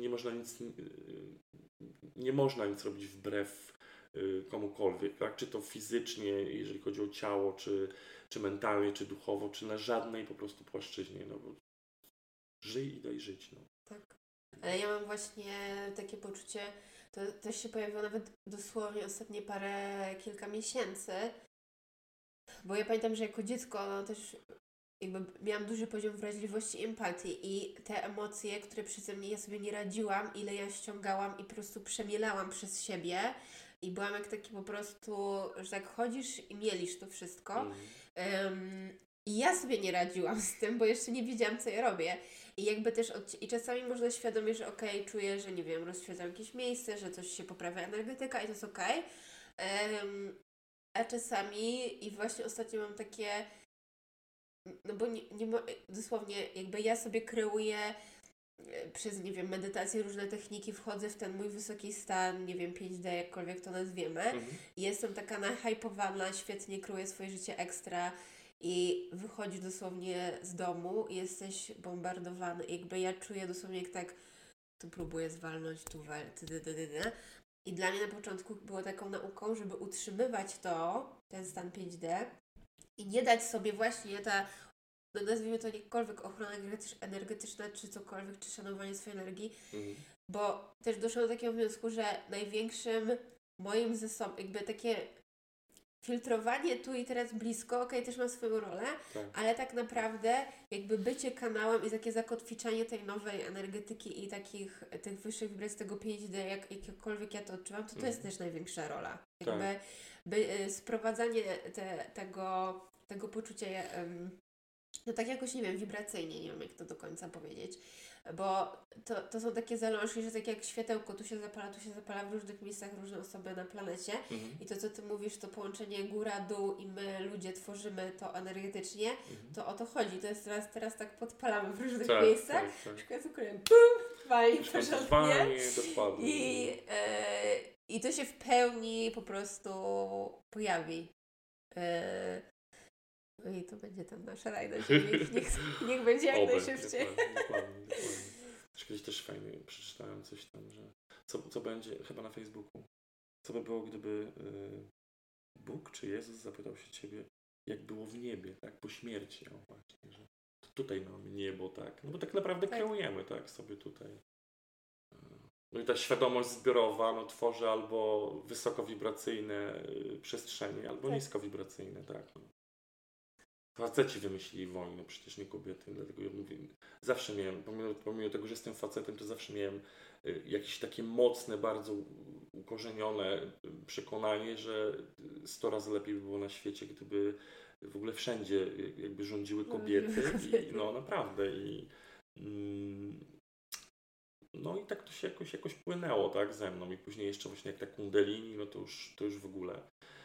Speaker 2: nie można nic robić wbrew komukolwiek, tak? Czy to fizycznie, jeżeli chodzi o ciało, czy mentalnie, czy duchowo, czy na żadnej po prostu płaszczyźnie, no bo żyj i daj żyć, no.
Speaker 1: Tak. Ale ja mam właśnie takie poczucie, to też się pojawiło nawet dosłownie ostatnie kilka miesięcy, bo ja pamiętam, że jako dziecko też jakby miałam duży poziom wrażliwości i empatii i te emocje, które przeze mnie ja sobie nie radziłam, ile ja ściągałam i po prostu przemielałam przez siebie i byłam jak taki po prostu, że tak chodzisz i mielisz to wszystko. I ja sobie nie radziłam z tym, bo jeszcze nie wiedziałam, co ja robię. I jakby też i czasami można świadomie, że czuję, że nie wiem, rozświetlam jakieś miejsce, że coś się poprawia energetyka i to jest a czasami i właśnie ostatnio mam takie, no bo dosłownie jakby ja sobie kreuję przez, nie wiem, medytację, różne techniki, wchodzę w ten mój wysoki stan, nie wiem, 5D, jakkolwiek to nazwiemy. I jestem taka nahypowana, świetnie kreuję swoje życie ekstra i wychodzisz dosłownie z domu i jesteś bombardowany. Jakby ja czuję dosłownie jak tak, tu próbuję zwalnąć, I dla mnie na początku było taką nauką, żeby utrzymywać ten stan 5D i nie dać sobie właśnie nazwijmy to jakkolwiek ochrona energetyczna, czy cokolwiek, czy szanowanie swojej energii, bo też doszłam do takiego wniosku, że największym moim zasobem, jakby takie filtrowanie tu i teraz blisko, też ma swoją rolę, ale tak naprawdę jakby bycie kanałem i takie zakotwiczanie tej nowej energetyki i tych wyższych wibracji, tego 5D, jakkolwiek ja to odczuwam, to jest też największa rola. Jakby sprowadzanie tego poczucia no tak jakoś, nie wiem, wibracyjnie, nie wiem jak to do końca powiedzieć, bo to są takie zalążki, że tak jak światełko tu się zapala w różnych miejscach różne osoby na planecie i to, co Ty mówisz, to połączenie góra, dół i my, ludzie, tworzymy to energetycznie, to o to chodzi. To jest teraz tak podpalamy w różnych
Speaker 2: Tak,
Speaker 1: miejscach,
Speaker 2: tak, tak.
Speaker 1: na przykład ukuję, pum, wali porządnie
Speaker 2: Zwalnie, dokładnie.
Speaker 1: i to się w pełni po prostu pojawi. No i to będzie ten nasz raj na ziemi. Niech będzie jak najszybciej.
Speaker 2: Dokładnie. Kiedyś też fajnie przeczytałem coś tam, że co będzie, chyba na Facebooku, co by było, gdyby Bóg czy Jezus zapytał się Ciebie, jak było w niebie, tak, po śmierci, o właśnie, że tutaj mamy niebo, tak, no bo tak naprawdę kreujemy, tak, sobie tutaj. No i ta świadomość zbiorowa, no, tworzy albo wysokowibracyjne przestrzenie, albo niskowibracyjne, tak. No. Faceci wymyślili wojnę, przecież nie kobiety, dlatego ja mówię, zawsze miałem, pomimo tego, że jestem facetem, to zawsze miałem jakieś takie mocne, bardzo ukorzenione przekonanie, że 100 razy lepiej by było na świecie, gdyby w ogóle wszędzie jakby rządziły kobiety. I, no naprawdę. No i tak to się jakoś płynęło, tak, ze mną. I później jeszcze właśnie jak ta kundalini, no to już w ogóle.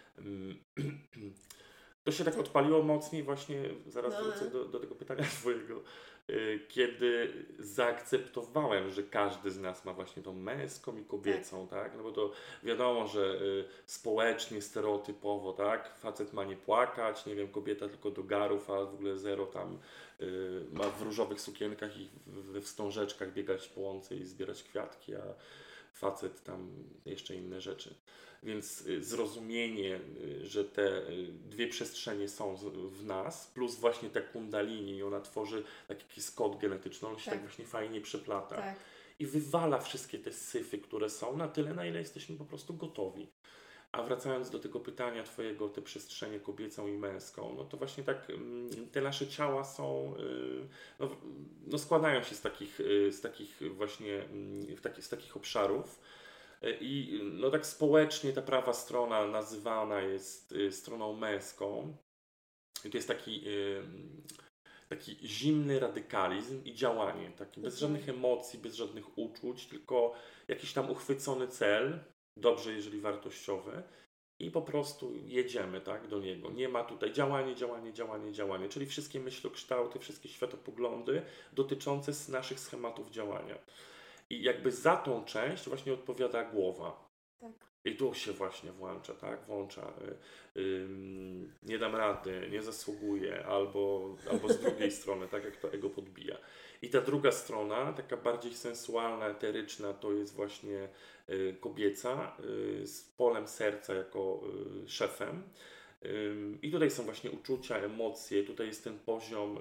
Speaker 2: To się tak odpaliło mocniej właśnie, zaraz wrócę do tego pytania twojego, kiedy zaakceptowałem, że każdy z nas ma właśnie tą męską i kobiecą, tak? No bo to wiadomo, że społecznie, stereotypowo, tak? Facet ma nie płakać, nie wiem, kobieta tylko do garów, a w ogóle zero tam ma w różowych sukienkach i we wstążeczkach biegać po łące i zbierać kwiatki, a facet tam jeszcze inne rzeczy. Więc zrozumienie, że te dwie przestrzenie są w nas, plus właśnie ta kundalini i ona tworzy taki jakiś kod genetyczny, on się tak właśnie fajnie przeplata.
Speaker 1: Tak.
Speaker 2: I wywala wszystkie te syfy, które są na tyle, na ile jesteśmy po prostu gotowi. A wracając do tego pytania twojego, te przestrzenie kobiecą i męską, no to właśnie tak te nasze ciała są, no składają się z takich właśnie, z takich obszarów. I no tak społecznie ta prawa strona nazywana jest stroną męską. I to jest taki zimny radykalizm i działanie, taki bez żadnych emocji, bez żadnych uczuć, tylko jakiś tam uchwycony cel, dobrze jeżeli wartościowy i po prostu jedziemy, tak, do niego. Nie ma tutaj działanie, czyli wszystkie myślokształty, wszystkie światopoglądy dotyczące naszych schematów działania. I jakby za tą część właśnie odpowiada głowa.
Speaker 1: Tak.
Speaker 2: I tu się właśnie włącza. Nie dam rady, nie zasługuję, albo z drugiej strony, tak jak to ego podbija. I ta druga strona, taka bardziej sensualna, eteryczna, to jest właśnie kobieca, z polem serca jako szefem. I tutaj są właśnie uczucia, emocje, tutaj jest ten poziom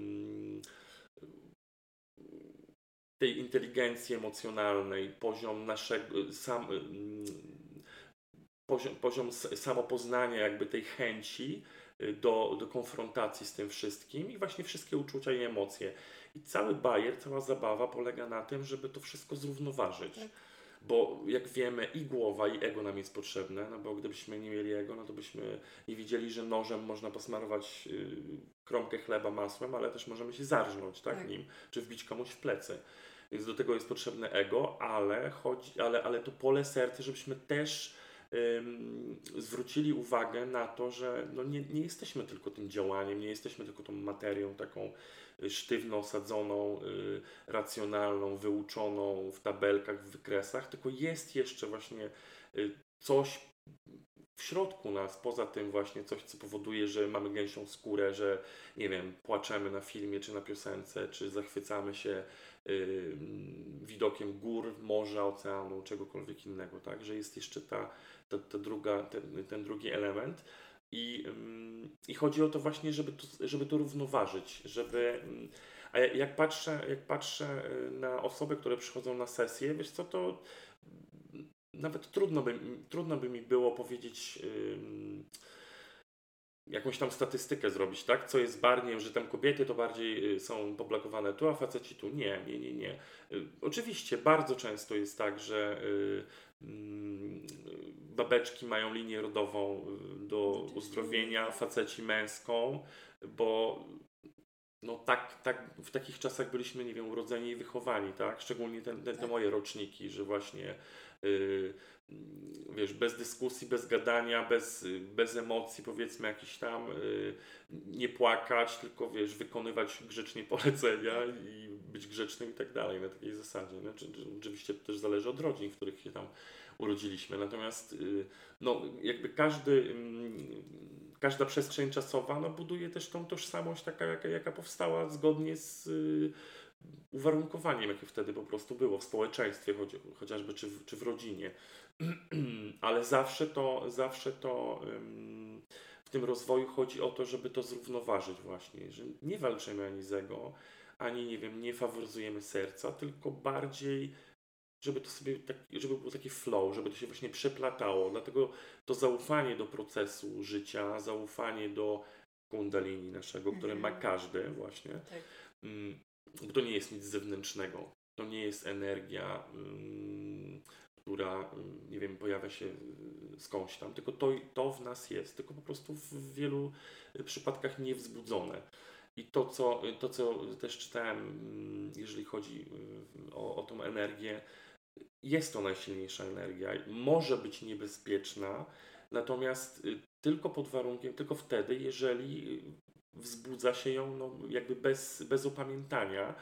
Speaker 2: tej inteligencji emocjonalnej, poziom naszego poziom samopoznania, jakby tej chęci do konfrontacji z tym wszystkim i właśnie wszystkie uczucia i emocje. I cały bajer, cała zabawa polega na tym, żeby to wszystko zrównoważyć. Tak. Bo jak wiemy, i głowa, i ego nam jest potrzebne, no bo gdybyśmy nie mieli ego, no to byśmy nie widzieli, że nożem można posmarować kromkę chleba masłem, ale też możemy się zarżnąć nim, czy wbić komuś w plecy. Więc do tego jest potrzebne ego, ale to pole serca, żebyśmy też zwrócili uwagę na to, że no nie jesteśmy tylko tym działaniem, nie jesteśmy tylko tą materią taką sztywno osadzoną, racjonalną, wyuczoną w tabelkach, w wykresach, tylko jest jeszcze właśnie coś w środku nas, poza tym właśnie coś, co powoduje, że mamy gęsią skórę, że nie wiem, płaczemy na filmie, czy na piosence, czy zachwycamy się widokiem gór, morza, oceanu, czegokolwiek innego, tak? Że jest jeszcze ten drugi element. I chodzi o to właśnie, żeby to równoważyć, a jak patrzę na osoby, które przychodzą na sesję, wiesz co, to nawet trudno by mi było powiedzieć, jakąś tam statystykę zrobić, tak? Co jest bardziej, że tam kobiety to bardziej są poblokowane tu, a faceci tu. Nie. Oczywiście bardzo często jest tak, że babeczki mają linię rodową do uzdrowienia, faceci męską, bo no tak, w takich czasach byliśmy, nie wiem, urodzeni i wychowani, tak? Szczególnie te moje roczniki, że właśnie yy, wiesz, bez dyskusji, bez gadania, bez emocji, powiedzmy jakiś tam, nie płakać, tylko wiesz, wykonywać grzecznie polecenia i być grzecznym i tak dalej, na takiej zasadzie. Znaczy, oczywiście to też zależy od rodzin, w których się tam urodziliśmy. Natomiast no, jakby każda przestrzeń czasowa no, buduje też tą tożsamość taka, jaka powstała zgodnie z uwarunkowaniem, jakie wtedy po prostu było w społeczeństwie, chociażby czy w rodzinie. Ale zawsze to w tym rozwoju chodzi o to, żeby to zrównoważyć właśnie, że nie walczymy ani z ego, ani nie wiem, nie faworyzujemy serca, tylko bardziej żeby to sobie żeby był taki flow, żeby to się właśnie przeplatało. Dlatego to zaufanie do procesu życia, zaufanie do kundalini naszego, które ma każdy właśnie,
Speaker 1: Tak.
Speaker 2: Bo to nie jest nic zewnętrznego. To nie jest energia, która, nie wiem, pojawia się skądś tam, tylko to w nas jest, tylko po prostu w wielu przypadkach niewzbudzone. I to, co też czytałem, jeżeli chodzi o tą energię, jest to najsilniejsza energia, może być niebezpieczna, natomiast tylko pod warunkiem, tylko wtedy, jeżeli wzbudza się ją no, jakby bez opamiętania.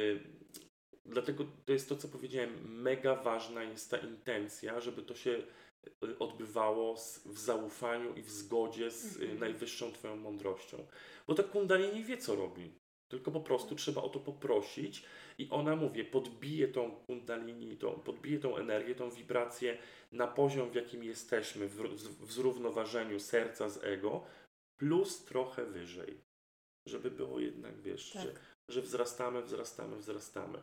Speaker 2: Dlatego to jest to, co powiedziałem, mega ważna jest ta intencja, żeby to się odbywało w zaufaniu i w zgodzie z najwyższą Twoją mądrością. Bo ta kundalini wie, co robi. Tylko po prostu trzeba o to poprosić i ona, mówię, podbije tą kundalini, podbije tą energię, tą wibrację na poziom, w jakim jesteśmy, w zrównoważeniu serca z ego, plus trochę wyżej. Żeby było jednak, wiesz,
Speaker 1: Tak.
Speaker 2: że wzrastamy.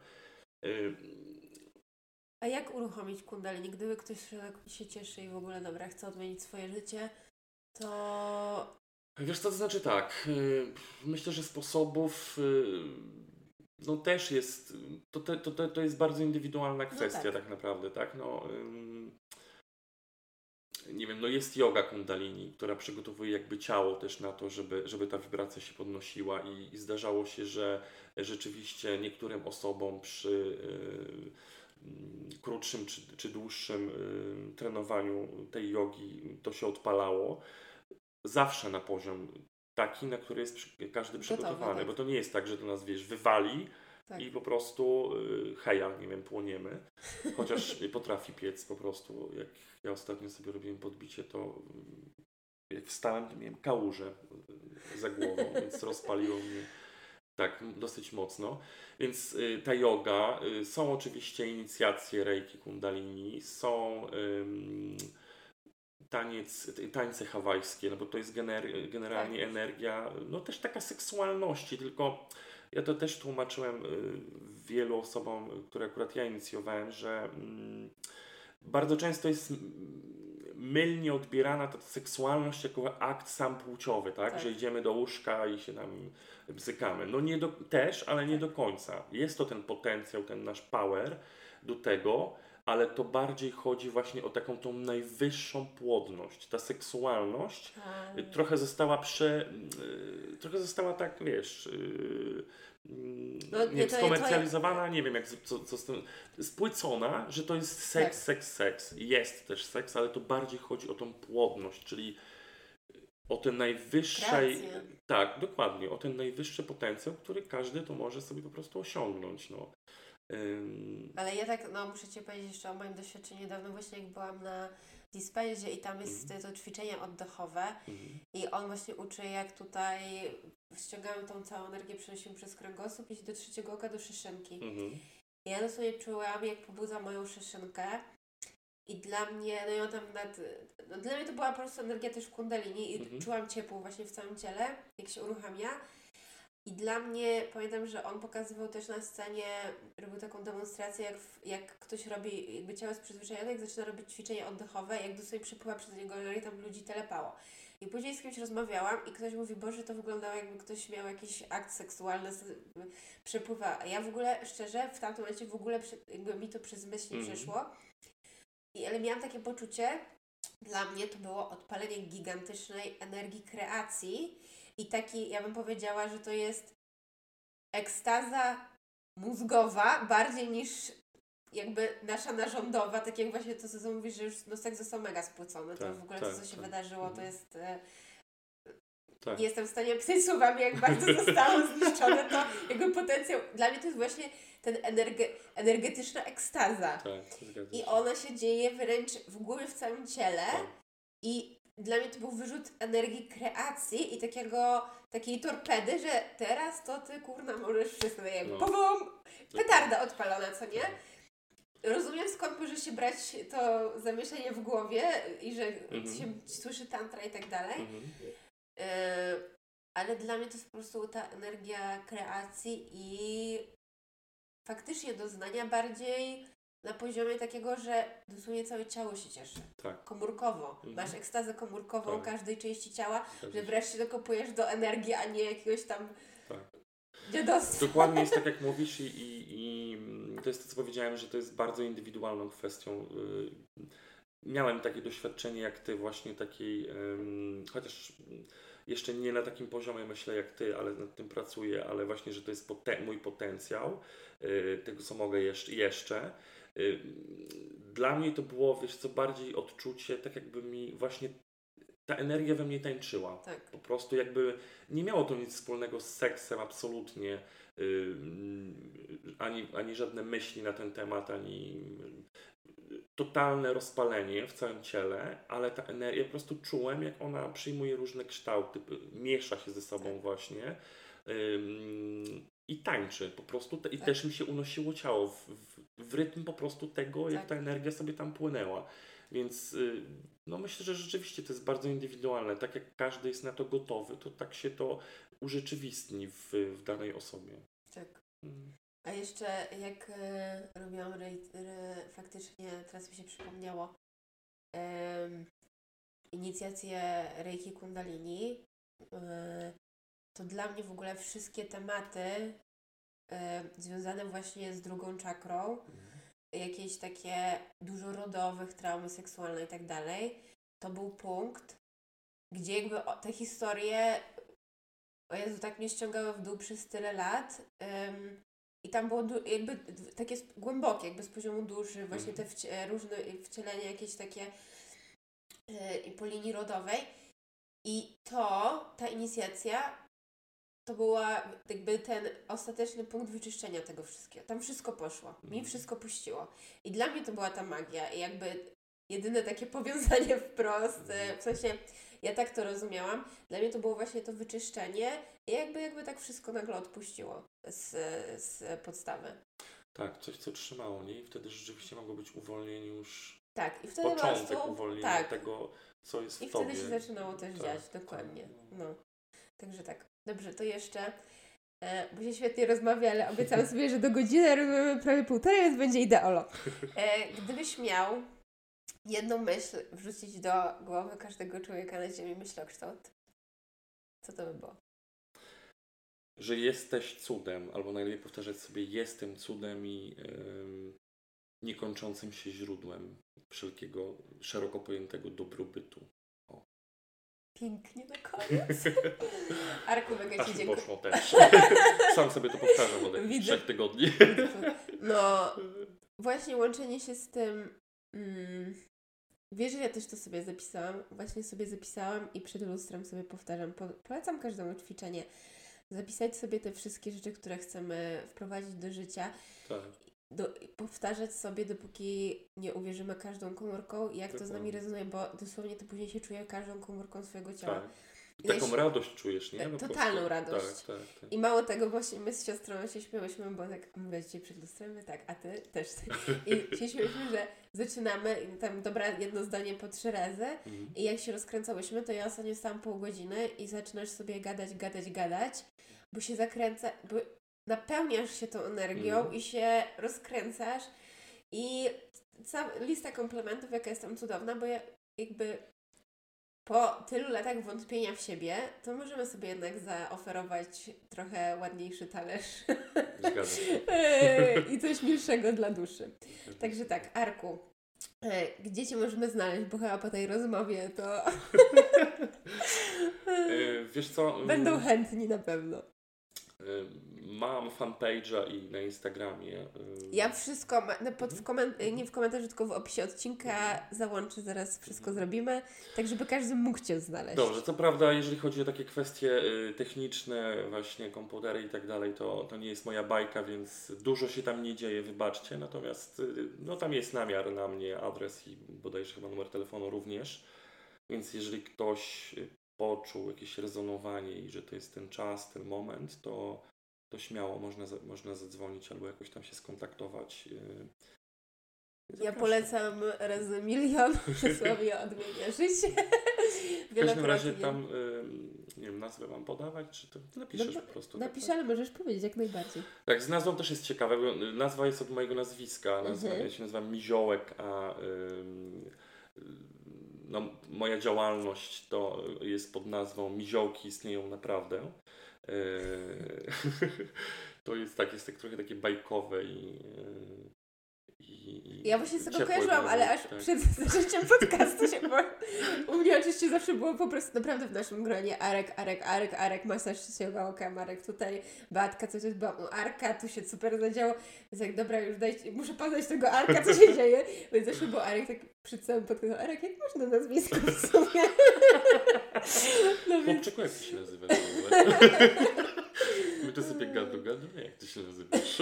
Speaker 1: A jak uruchomić kundalini? Gdyby ktoś się cieszy i w ogóle dobra, chce odmienić swoje życie, to...
Speaker 2: Wiesz co, to znaczy tak, myślę, że sposobów no też jest, to jest bardzo indywidualna kwestia tak naprawdę, tak? No, nie wiem, no jest yoga kundalini, która przygotowuje jakby ciało też na to, żeby ta wibracja się podnosiła i zdarzało się, że rzeczywiście niektórym osobom przy krótszym czy dłuższym trenowaniu tej jogi to się odpalało. Zawsze na poziom taki, na który jest każdy przygotowany,
Speaker 1: tak.
Speaker 2: bo to nie jest tak, że to nas, wiesz, wywali i po prostu heja, nie wiem, płoniemy. Chociaż potrafi piec po prostu. Jak ja ostatnio sobie robiłem podbicie, to jak wstałem, to miałem kałużę za głową, więc rozpaliło mnie tak dosyć mocno. Więc ta yoga, są oczywiście inicjacje reiki kundalini, są tańce hawajskie, no bo to jest generalnie energia, no też taka seksualności, tylko ja to też tłumaczyłem wielu osobom, które akurat ja inicjowałem, że bardzo często jest mylnie odbierana ta seksualność jako akt sam płciowy, tak? Że idziemy do łóżka i się tam bzykamy. No nie też, ale nie do końca. Jest to ten potencjał, ten nasz power do tego, ale to bardziej chodzi właśnie o taką tą najwyższą płodność. Ta seksualność trochę została tak, wiesz, skomercjalizowana, nie wiem jak co z tym, spłycona, że to jest seks. Jest też seks, ale to bardziej chodzi o tą płodność, czyli o ten najwyższej, tak, dokładnie, o ten najwyższy potencjał, który każdy to może sobie po prostu osiągnąć, no.
Speaker 1: Ale ja tak, no muszę Ci powiedzieć jeszcze o moim doświadczeniu niedawno, właśnie jak byłam na Dispensie i tam jest to ćwiczenie oddechowe i on właśnie uczy, jak tutaj ściągamy tą całą energię, przenosimy przez kręgosłup i do trzeciego oka, do szyszynki. I ja dosłownie czułam, jak pobudza moją szyszynkę i dla mnie, no i on tam dla mnie to była po prostu energia też kundalini i czułam ciepło właśnie w całym ciele, jak się uruchamia. I dla mnie, pamiętam, że on pokazywał też na scenie, robił taką demonstrację, jak ktoś robi, jakby ciało jest przyzwyczajone, jak zaczyna robić ćwiczenia oddechowe, jak dosłownie przepływa przez niego energia, tam ludzi telepało. I później z kimś rozmawiałam i ktoś mówi, Boże, to wyglądało jakby ktoś miał jakiś akt seksualny, przepływa. A ja w ogóle, szczerze, w tamtym momencie w ogóle jakby mi to przez myśl nie przeszło. Ale miałam takie poczucie, dla mnie to było odpalenie gigantycznej energii kreacji i taki, ja bym powiedziała, że to jest ekstaza mózgowa bardziej niż jakby nasza narządowa, tak jak właśnie to, co mówisz, że już seks został mega spłycony, to w ogóle to, co się wydarzyło, to jest... Nie jestem w stanie opisać słowami, jak bardzo zostało zniszczone to jakby potencjał. Dla mnie to jest właśnie ten energetyczna ekstaza. I ona się dzieje wręcz w głowie, w całym ciele. I dla mnie to był wyrzut energii kreacji i takiej torpedy, że teraz to ty kurna możesz wszystko. Pum! Petarda odpalona, co nie? Rozumiem, skąd może się brać to zamieszanie w głowie i że się słyszy tantra i tak dalej. Ale dla mnie to jest po prostu ta energia kreacji i faktycznie doznania bardziej na poziomie takiego, że dosłownie całe ciało się cieszy.
Speaker 2: Tak.
Speaker 1: Komórkowo. Masz ekstazę komórkową każdej części ciała, że wreszcie dokopujesz do energii, a nie jakiegoś tam dziadostwa.
Speaker 2: Dokładnie jest tak, jak mówisz i to jest to, co powiedziałem, że to jest bardzo indywidualną kwestią. Miałem takie doświadczenie jak ty, właśnie takiej, chociaż jeszcze nie na takim poziomie myślę jak ty, ale nad tym pracuję, ale właśnie, że to jest mój potencjał, tego co mogę jeszcze. Dla mnie to było, wiesz co, bardziej odczucie, tak jakby mi właśnie ta energia we mnie tańczyła.
Speaker 1: Tak.
Speaker 2: Po prostu jakby nie miało to nic wspólnego z seksem absolutnie, ani żadne myśli na ten temat, ani totalne rozpalenie w całym ciele, ale ta energia, po prostu czułem, jak ona przyjmuje różne kształty, miesza się ze sobą właśnie i tańczy po prostu i też mi się unosiło ciało w rytm po prostu tego, jak ta energia sobie tam płynęła. Więc no myślę, że rzeczywiście to jest bardzo indywidualne. Tak jak każdy jest na to gotowy, to tak się to urzeczywistni w danej osobie.
Speaker 1: Tak. A jeszcze jak robiłam faktycznie, teraz mi się przypomniało, inicjację Reiki Kundalini, to dla mnie w ogóle wszystkie tematy związane właśnie z drugą czakrą, jakieś takie dużo rodowych, traumy seksualne i tak dalej, to był punkt, gdzie jakby te historie, o Jezu, tak mnie ściągały w dół przez tyle lat i tam było jakby takie głębokie, jakby z poziomu duszy, właśnie te różne wcielenia jakieś takie i po linii rodowej i ta inicjacja to była jakby ten ostateczny punkt wyczyszczenia tego wszystkiego. Tam wszystko poszło. Mi wszystko puściło. I dla mnie to była ta magia. I jakby jedyne takie powiązanie wprost, w sensie ja tak to rozumiałam. Dla mnie to było właśnie to wyczyszczenie i jakby tak wszystko nagle odpuściło z podstawy.
Speaker 2: Tak, coś co trzymało, nie? I wtedy rzeczywiście mogło być uwolnienie już.
Speaker 1: Tak, i wtedy
Speaker 2: początek uwolnienia tego, co jest w tobie.
Speaker 1: I wtedy się zaczynało też dziać, dokładnie. No. Także tak. Dobrze, to jeszcze, bo się świetnie rozmawia, ale obiecałam sobie, że do godziny robimy prawie 1,5, więc będzie ideolo. Gdybyś miał jedną myśl wrzucić do głowy każdego człowieka na ziemi, myślokształt, co to by było?
Speaker 2: Że jesteś cudem, albo najlepiej powtarzać sobie, jestem cudem i niekończącym się źródłem wszelkiego szeroko pojętego dobrobytu.
Speaker 1: Pięknie na koniec. Arku, mega Ci dziękuję.
Speaker 2: Poszło też. Sam sobie to powtarzam od 3 tygodni.
Speaker 1: No, właśnie łączenie się z tym... Wiesz, że ja też to sobie zapisałam. Właśnie sobie zapisałam i przed lustrem sobie powtarzam. Polecam każdemu ćwiczenie. Zapisać sobie te wszystkie rzeczy, które chcemy wprowadzić do życia.
Speaker 2: Tak.
Speaker 1: Powtarzać sobie, dopóki nie uwierzymy każdą komórką, jak to z nami rezonuje, bo dosłownie to później się czuje każdą komórką swojego ciała.
Speaker 2: Tak. I taką radość czujesz, nie? No
Speaker 1: totalną radość.
Speaker 2: Tak.
Speaker 1: I mało tego, właśnie my z siostrą się śmiałyśmy, bo tak mówię dzisiaj przed lustrem, tak, a ty też. I się śmiałyśmy, że zaczynamy i tam jedno zdanie po 3 razy i jak się rozkręcałyśmy, to ja ostatnio stałam pół godziny i zaczynasz sobie gadać, bo się zakręca, bo napełniasz się tą energią i się rozkręcasz i lista komplementów, jaka jestem cudowna, bo ja jakby po tylu latach wątpienia w siebie, to możemy sobie jednak zaoferować trochę ładniejszy talerz.
Speaker 2: Zgadzam się.
Speaker 1: I coś milszego dla duszy. Także tak, Arku, gdzie Cię możemy znaleźć? Bo chyba po tej rozmowie to...
Speaker 2: Wiesz co?
Speaker 1: Będą chętni na pewno.
Speaker 2: Mam fanpage'a i na Instagramie.
Speaker 1: Ja wszystko, nie w komentarzu, tylko w opisie odcinka załączę, zaraz wszystko zrobimy, tak żeby każdy mógł Cię znaleźć.
Speaker 2: Dobrze, co prawda, jeżeli chodzi o takie kwestie techniczne, właśnie komputery i tak dalej, to nie jest moja bajka, więc dużo się tam nie dzieje, wybaczcie. Natomiast no tam jest namiar na mnie, adres i bodajże chyba numer telefonu również. Więc jeżeli ktoś poczuł jakieś rezonowanie i że to jest ten czas, ten moment, to śmiało można zadzwonić albo jakoś tam się skontaktować.
Speaker 1: Ja polecam razy milion sobie odmienię życie.
Speaker 2: W każdym razie tam, nie wiem, nazwę mam podawać, czy to napiszesz po prostu.
Speaker 1: Napisz, ale możesz powiedzieć jak najbardziej.
Speaker 2: Tak, z nazwą też jest ciekawe, bo nazwa jest od mojego nazwiska. Ja się nazywam Miziołek, a no, moja działalność to jest pod nazwą Miziołki istnieją naprawdę. To jest tak trochę takie bajkowe i
Speaker 1: ja właśnie z tego kojarzyłam, ale aż przed zaczęciem podcastu się u mnie oczywiście zawsze było po prostu naprawdę w naszym gronie Arek, masaż się oka, Marek tutaj, Beatka, coś byłam u Arka, tu się super zadziało, więc jak dobra, już muszę poznać tego Arka, co się dzieje, więc zawsze był Arek tak przed całym podcastem, Arek, jak masz na nazwisko w sumie?
Speaker 2: No więc... Chłopczyku, jak ty się nazywasz? My to sobie gadu, jak ty się nazywasz?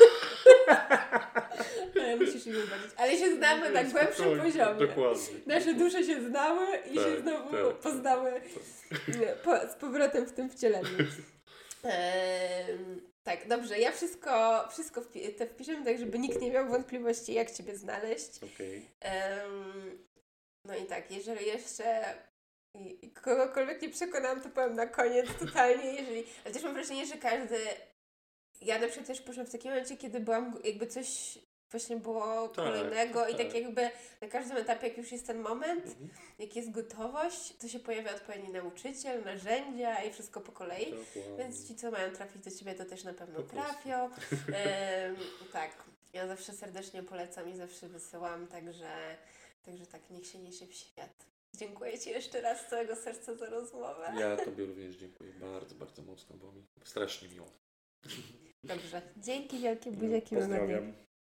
Speaker 1: Ale musisz mi wybaczyć. Ale się znamy na głębszym poziomie.
Speaker 2: Dokładnie.
Speaker 1: Nasze dusze się znały i się znowu poznały z powrotem w tym wcieleniu. Tak, dobrze. Ja wszystko to wpiszemy tak, żeby nikt nie miał wątpliwości, jak Ciebie znaleźć.
Speaker 2: Okay.
Speaker 1: No i tak, jeżeli jeszcze kogokolwiek nie przekonałam, to powiem na koniec totalnie, ale też mam wrażenie, że ja na przykład też poszłam w takim momencie, kiedy byłam, jakby coś właśnie było kolejnego i tak jakby na każdym etapie, jak już jest ten moment, jak jest gotowość, to się pojawia odpowiedni nauczyciel, narzędzia i wszystko po kolei. Więc ci, co mają trafić do Ciebie, to też na pewno trafią. Tak, ja zawsze serdecznie polecam i zawsze wysyłam, także tak, niech się niesie w świat. Dziękuję Ci jeszcze raz z całego serca za rozmowę.
Speaker 2: Ja Tobie również dziękuję bardzo, bardzo mocno, bo mi strasznie miło.
Speaker 1: Dobrze, dzięki wielkie, buziaki.
Speaker 2: Pozdrawiam.